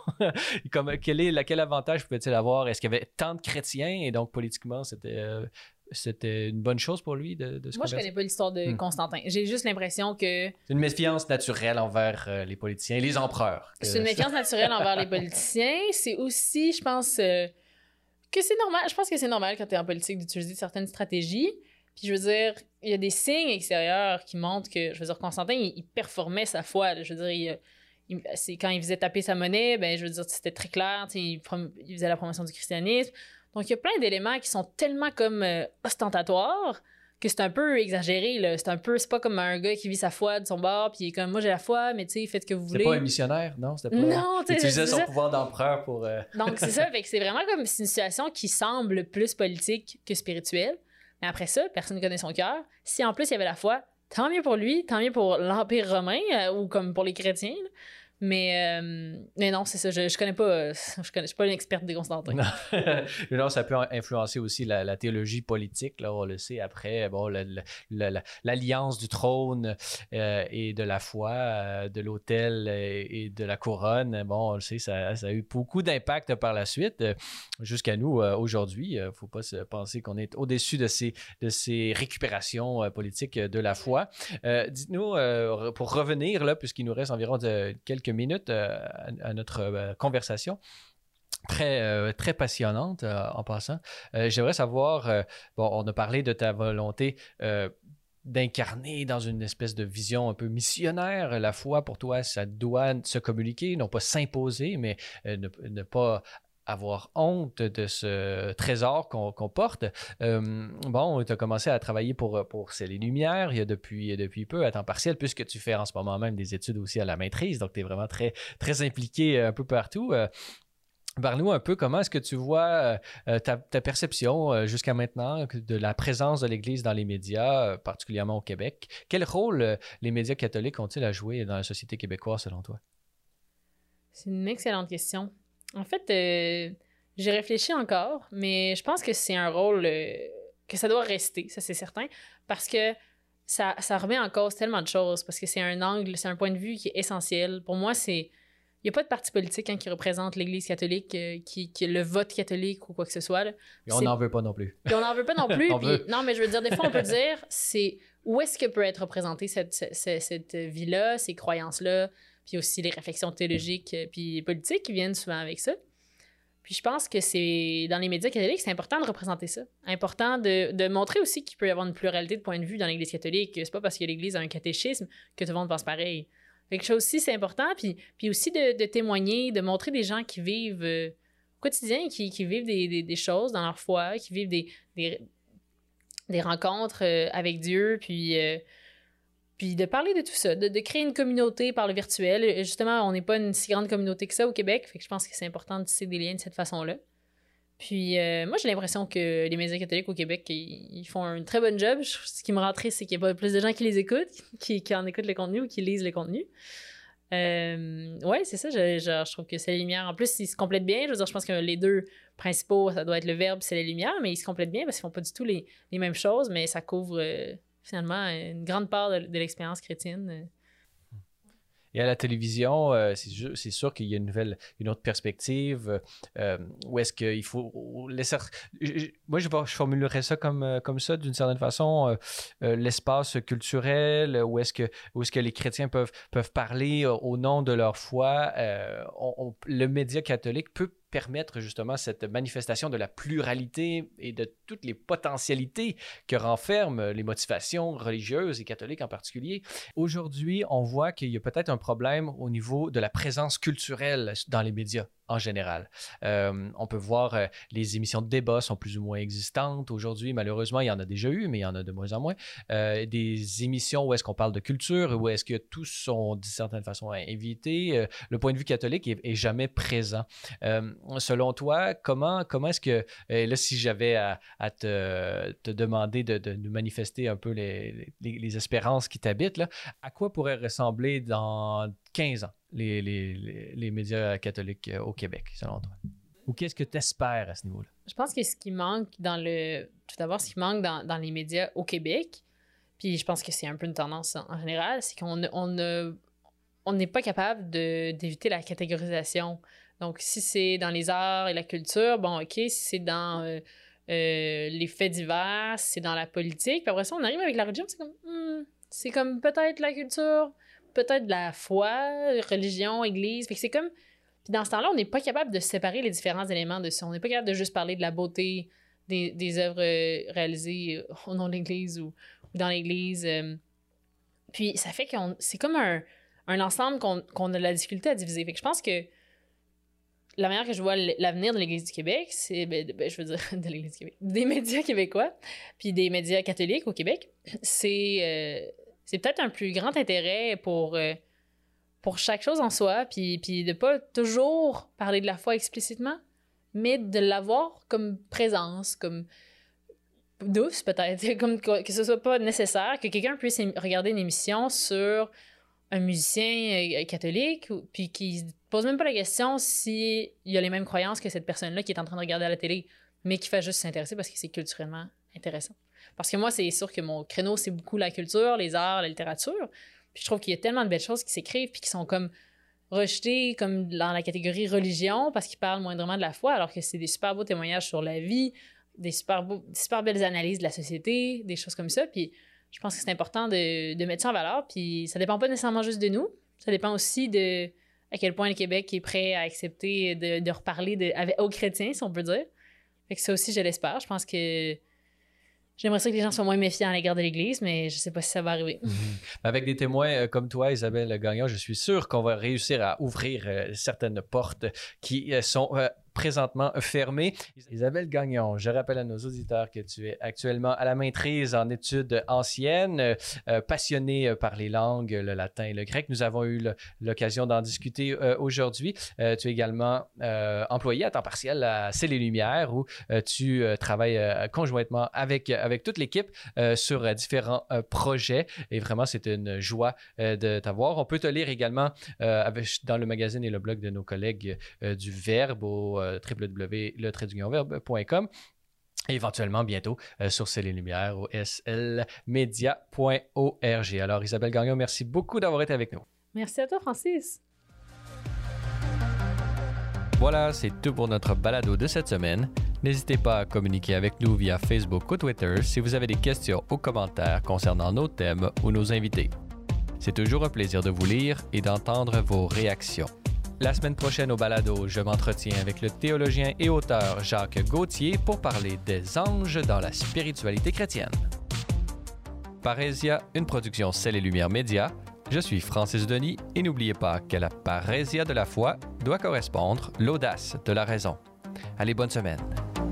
Quel avantage pouvait-il avoir? Est-ce qu'il y avait tant de chrétiens et donc politiquement c'était une bonne chose pour lui de se convertir? Moi, je connais pas l'histoire de Constantin. J'ai juste l'impression que... C'est une méfiance naturelle envers les politiciens, les empereurs. C'est une méfiance naturelle envers les politiciens. C'est aussi, je pense, que c'est normal. Je pense que c'est normal quand tu es en politique d'utiliser certaines stratégies. Puis je veux dire, il y a des signes extérieurs qui montrent que, je veux dire, Constantin, il performait sa foi. Là. Je veux dire, c'est quand il faisait taper sa monnaie, ben je veux dire, c'était très clair. Il faisait la promotion du christianisme. Donc, il y a plein d'éléments qui sont tellement comme ostentatoires que c'est un peu exagéré, là. C'est pas comme un gars qui vit sa foi de son bord puis il est comme, moi j'ai la foi, mais tu sais, faites ce que vous voulez. C'était pas un missionnaire, non? Non, il utilisait son pouvoir d'empereur pour... Donc, c'est ça, fait que c'est vraiment comme une situation qui semble plus politique que spirituelle. Mais après ça, personne ne connaît son cœur. Si en plus il y avait la foi, tant mieux pour lui, tant mieux pour l'Empire romain ou comme pour les chrétiens, là. Mais non, c'est ça, je connais pas, je suis pas une experte de Constantin. Non, ça peut influencer aussi la théologie politique, là, on le sait, après, bon, l'alliance du trône et de la foi, de l'autel et de la couronne, bon, on le sait, ça a eu beaucoup d'impact par la suite, jusqu'à nous aujourd'hui. Il ne faut pas se penser qu'on est au-dessus de ces récupérations politiques de la foi. Dites-nous, pour revenir, là, puisqu'il nous reste environ quelques minutes à notre conversation très passionnante en passant. J'aimerais savoir, bon, on a parlé de ta volonté d'incarner dans une espèce de vision un peu missionnaire. La foi, pour toi, ça doit se communiquer, non pas s'imposer, mais ne pas avoir honte de ce trésor qu'on porte. Bon, tu as commencé à travailler pour C'est les Lumières depuis peu à temps partiel, puisque tu fais en ce moment même des études aussi à la maîtrise, donc tu es vraiment très, très impliqué un peu partout. Parle-nous un peu comment est-ce que tu vois ta perception jusqu'à maintenant de la présence de l'Église dans les médias, particulièrement au Québec. Quel rôle les médias catholiques ont-ils à jouer dans la société québécoise selon toi? C'est une excellente question. En fait, j'ai réfléchi encore, mais je pense que c'est un rôle que ça doit rester, ça c'est certain, parce que ça remet en cause tellement de choses, parce que c'est un angle, c'est un point de vue qui est essentiel. Pour moi, il n'y a pas de parti politique qui représente l'Église catholique, qui le vote catholique ou quoi que ce soit. Là. Et on n'en veut pas non plus. Puis on n'en veut pas non plus. Non, mais je veux dire, des fois, on peut dire, c'est où est-ce que peut être représentée cette vie-là, ces croyances-là, puis aussi les réflexions théologiques puis politiques qui viennent souvent avec ça. Puis je pense que c'est dans les médias catholiques, c'est important de représenter ça. Important de montrer aussi qu'il peut y avoir une pluralité de points de vue dans l'Église catholique. C'est pas parce que l'Église a un catéchisme que tout le monde pense pareil. Quelque chose aussi, c'est important. Puis aussi de témoigner, de montrer des gens qui vivent au quotidien, qui vivent des choses dans leur foi, qui vivent des rencontres avec Dieu, puis de parler de tout ça, de créer une communauté par le virtuel. Justement, on n'est pas une si grande communauté que ça au Québec, fait que je pense que c'est important de tisser des liens de cette façon-là. Puis moi, j'ai l'impression que les médias catholiques au Québec, ils font un très bon job. Ce qui me rend triste, c'est qu'il n'y a pas plus de gens qui les écoutent, qui en écoutent le contenu ou qui lisent le contenu. Ouais, c'est ça. Je trouve que C'est les Lumières. En plus, ils se complètent bien. Je veux dire, je pense que les deux principaux, ça doit être le Verbe, C'est les Lumières, mais ils se complètent bien parce qu'ils font pas du tout les mêmes choses, mais ça couvre finalement une grande part de l'expérience chrétienne. Et à la télévision, c'est sûr qu'il y a une autre perspective où est-ce qu'il faut laisser... Moi, je formulerais ça comme ça, d'une certaine façon, l'espace culturel, où est-ce que les chrétiens peuvent parler au nom de leur foi. Le média catholique peut permettre justement cette manifestation de la pluralité et de toutes les potentialités que renferment les motivations religieuses et catholiques en particulier. Aujourd'hui, on voit qu'il y a peut-être un problème au niveau de la présence culturelle dans les médias en général. On peut voir les émissions de débat sont plus ou moins existantes. Aujourd'hui, malheureusement, il y en a déjà eu, mais il y en a de moins en moins. Des émissions où est-ce qu'on parle de culture, où est-ce que tous sont d'une certaine façon invités. Le point de vue catholique est jamais présent. Selon toi, comment est-ce que, là, si j'avais à te demander de nous manifester un peu les espérances qui t'habitent, là, à quoi pourrait ressembler dans 15 ans les médias catholiques au Québec, selon toi? Ou qu'est-ce que tu espères à ce niveau-là? Je pense que ce qui manque tout d'abord, ce qui manque dans les médias au Québec, puis je pense que c'est un peu une tendance en général, c'est qu'on n'est pas capable d'éviter la catégorisation. Donc, si c'est dans les arts et la culture, bon, OK, si c'est dans les faits divers, si c'est dans la politique, puis après ça, on arrive avec la religion, c'est comme peut-être la culture, peut-être de la foi, religion, église, fait que c'est comme... Puis dans ce temps-là, on n'est pas capable de séparer les différents éléments de ça. On n'est pas capable de juste parler de la beauté des œuvres réalisées au nom de l'Église ou dans l'Église. Puis ça fait c'est comme un ensemble qu'on a de la difficulté à diviser. Fait que je pense que la manière que je vois l'avenir de l'Église du Québec, c'est, je veux dire, de l'Église du Québec, des médias québécois, puis des médias catholiques au Québec, c'est peut-être un plus grand intérêt pour chaque chose en soi, puis de pas toujours parler de la foi explicitement, mais de l'avoir comme présence, comme douce peut-être, comme que ce soit pas nécessaire, que quelqu'un puisse regarder une émission sur un musicien catholique, puis qui pose même pas la question s'il a les mêmes croyances que cette personne-là qui est en train de regarder à la télé, mais qui fait juste s'intéresser parce que c'est culturellement intéressant. Parce que moi, c'est sûr que mon créneau, c'est beaucoup la culture, les arts, la littérature. Puis je trouve qu'il y a tellement de belles choses qui s'écrivent puis qui sont comme rejetées comme dans la catégorie religion parce qu'ils parlent moindrement de la foi, alors que c'est des super beaux témoignages sur la vie, des super belles analyses de la société, des choses comme ça. Puis je pense que c'est important de mettre ça en valeur. Puis ça dépend pas nécessairement juste de nous. Ça dépend aussi de à quel point le Québec est prêt à accepter de reparler aux chrétiens, si on peut dire. Fait que ça aussi, je l'espère. Je pense que j'aimerais ça que les gens soient moins méfiants à l'égard de l'Église, mais je sais pas si ça va arriver. Avec des témoins comme toi, Isabelle Gagnon, je suis sûr qu'on va réussir à ouvrir certaines portes qui sont présentement fermées. Isabelle Gagnon, je rappelle à nos auditeurs que tu es actuellement à la maîtrise en études anciennes, passionnée par les langues, le latin et le grec. Nous avons eu l'occasion d'en discuter aujourd'hui. Tu es également employée à temps partiel à C'est les Lumières où tu travailles conjointement avec toute l'équipe sur différents projets et vraiment c'est une joie de t'avoir. On peut te lire également dans le magazine et le blog de nos collègues du Verbe au www.le-verbe.com et éventuellement bientôt sur C'est les Lumières au slmedia.org. Alors Isabelle Gagnon, merci beaucoup d'avoir été avec nous. Merci à toi Francis. Voilà, c'est tout pour notre balado de cette semaine. N'hésitez pas à communiquer avec nous via Facebook ou Twitter si vous avez des questions ou commentaires concernant nos thèmes ou nos invités. C'est toujours un plaisir de vous lire et d'entendre vos réactions. La semaine prochaine au balado, je m'entretiens avec le théologien et auteur Jacques Gauthier pour parler des anges dans la spiritualité chrétienne. Parésia, une production C'est les Lumières Média. Je suis Francis Denis et n'oubliez pas que la parésia de la foi doit correspondre l'audace de la raison. Allez, bonne semaine.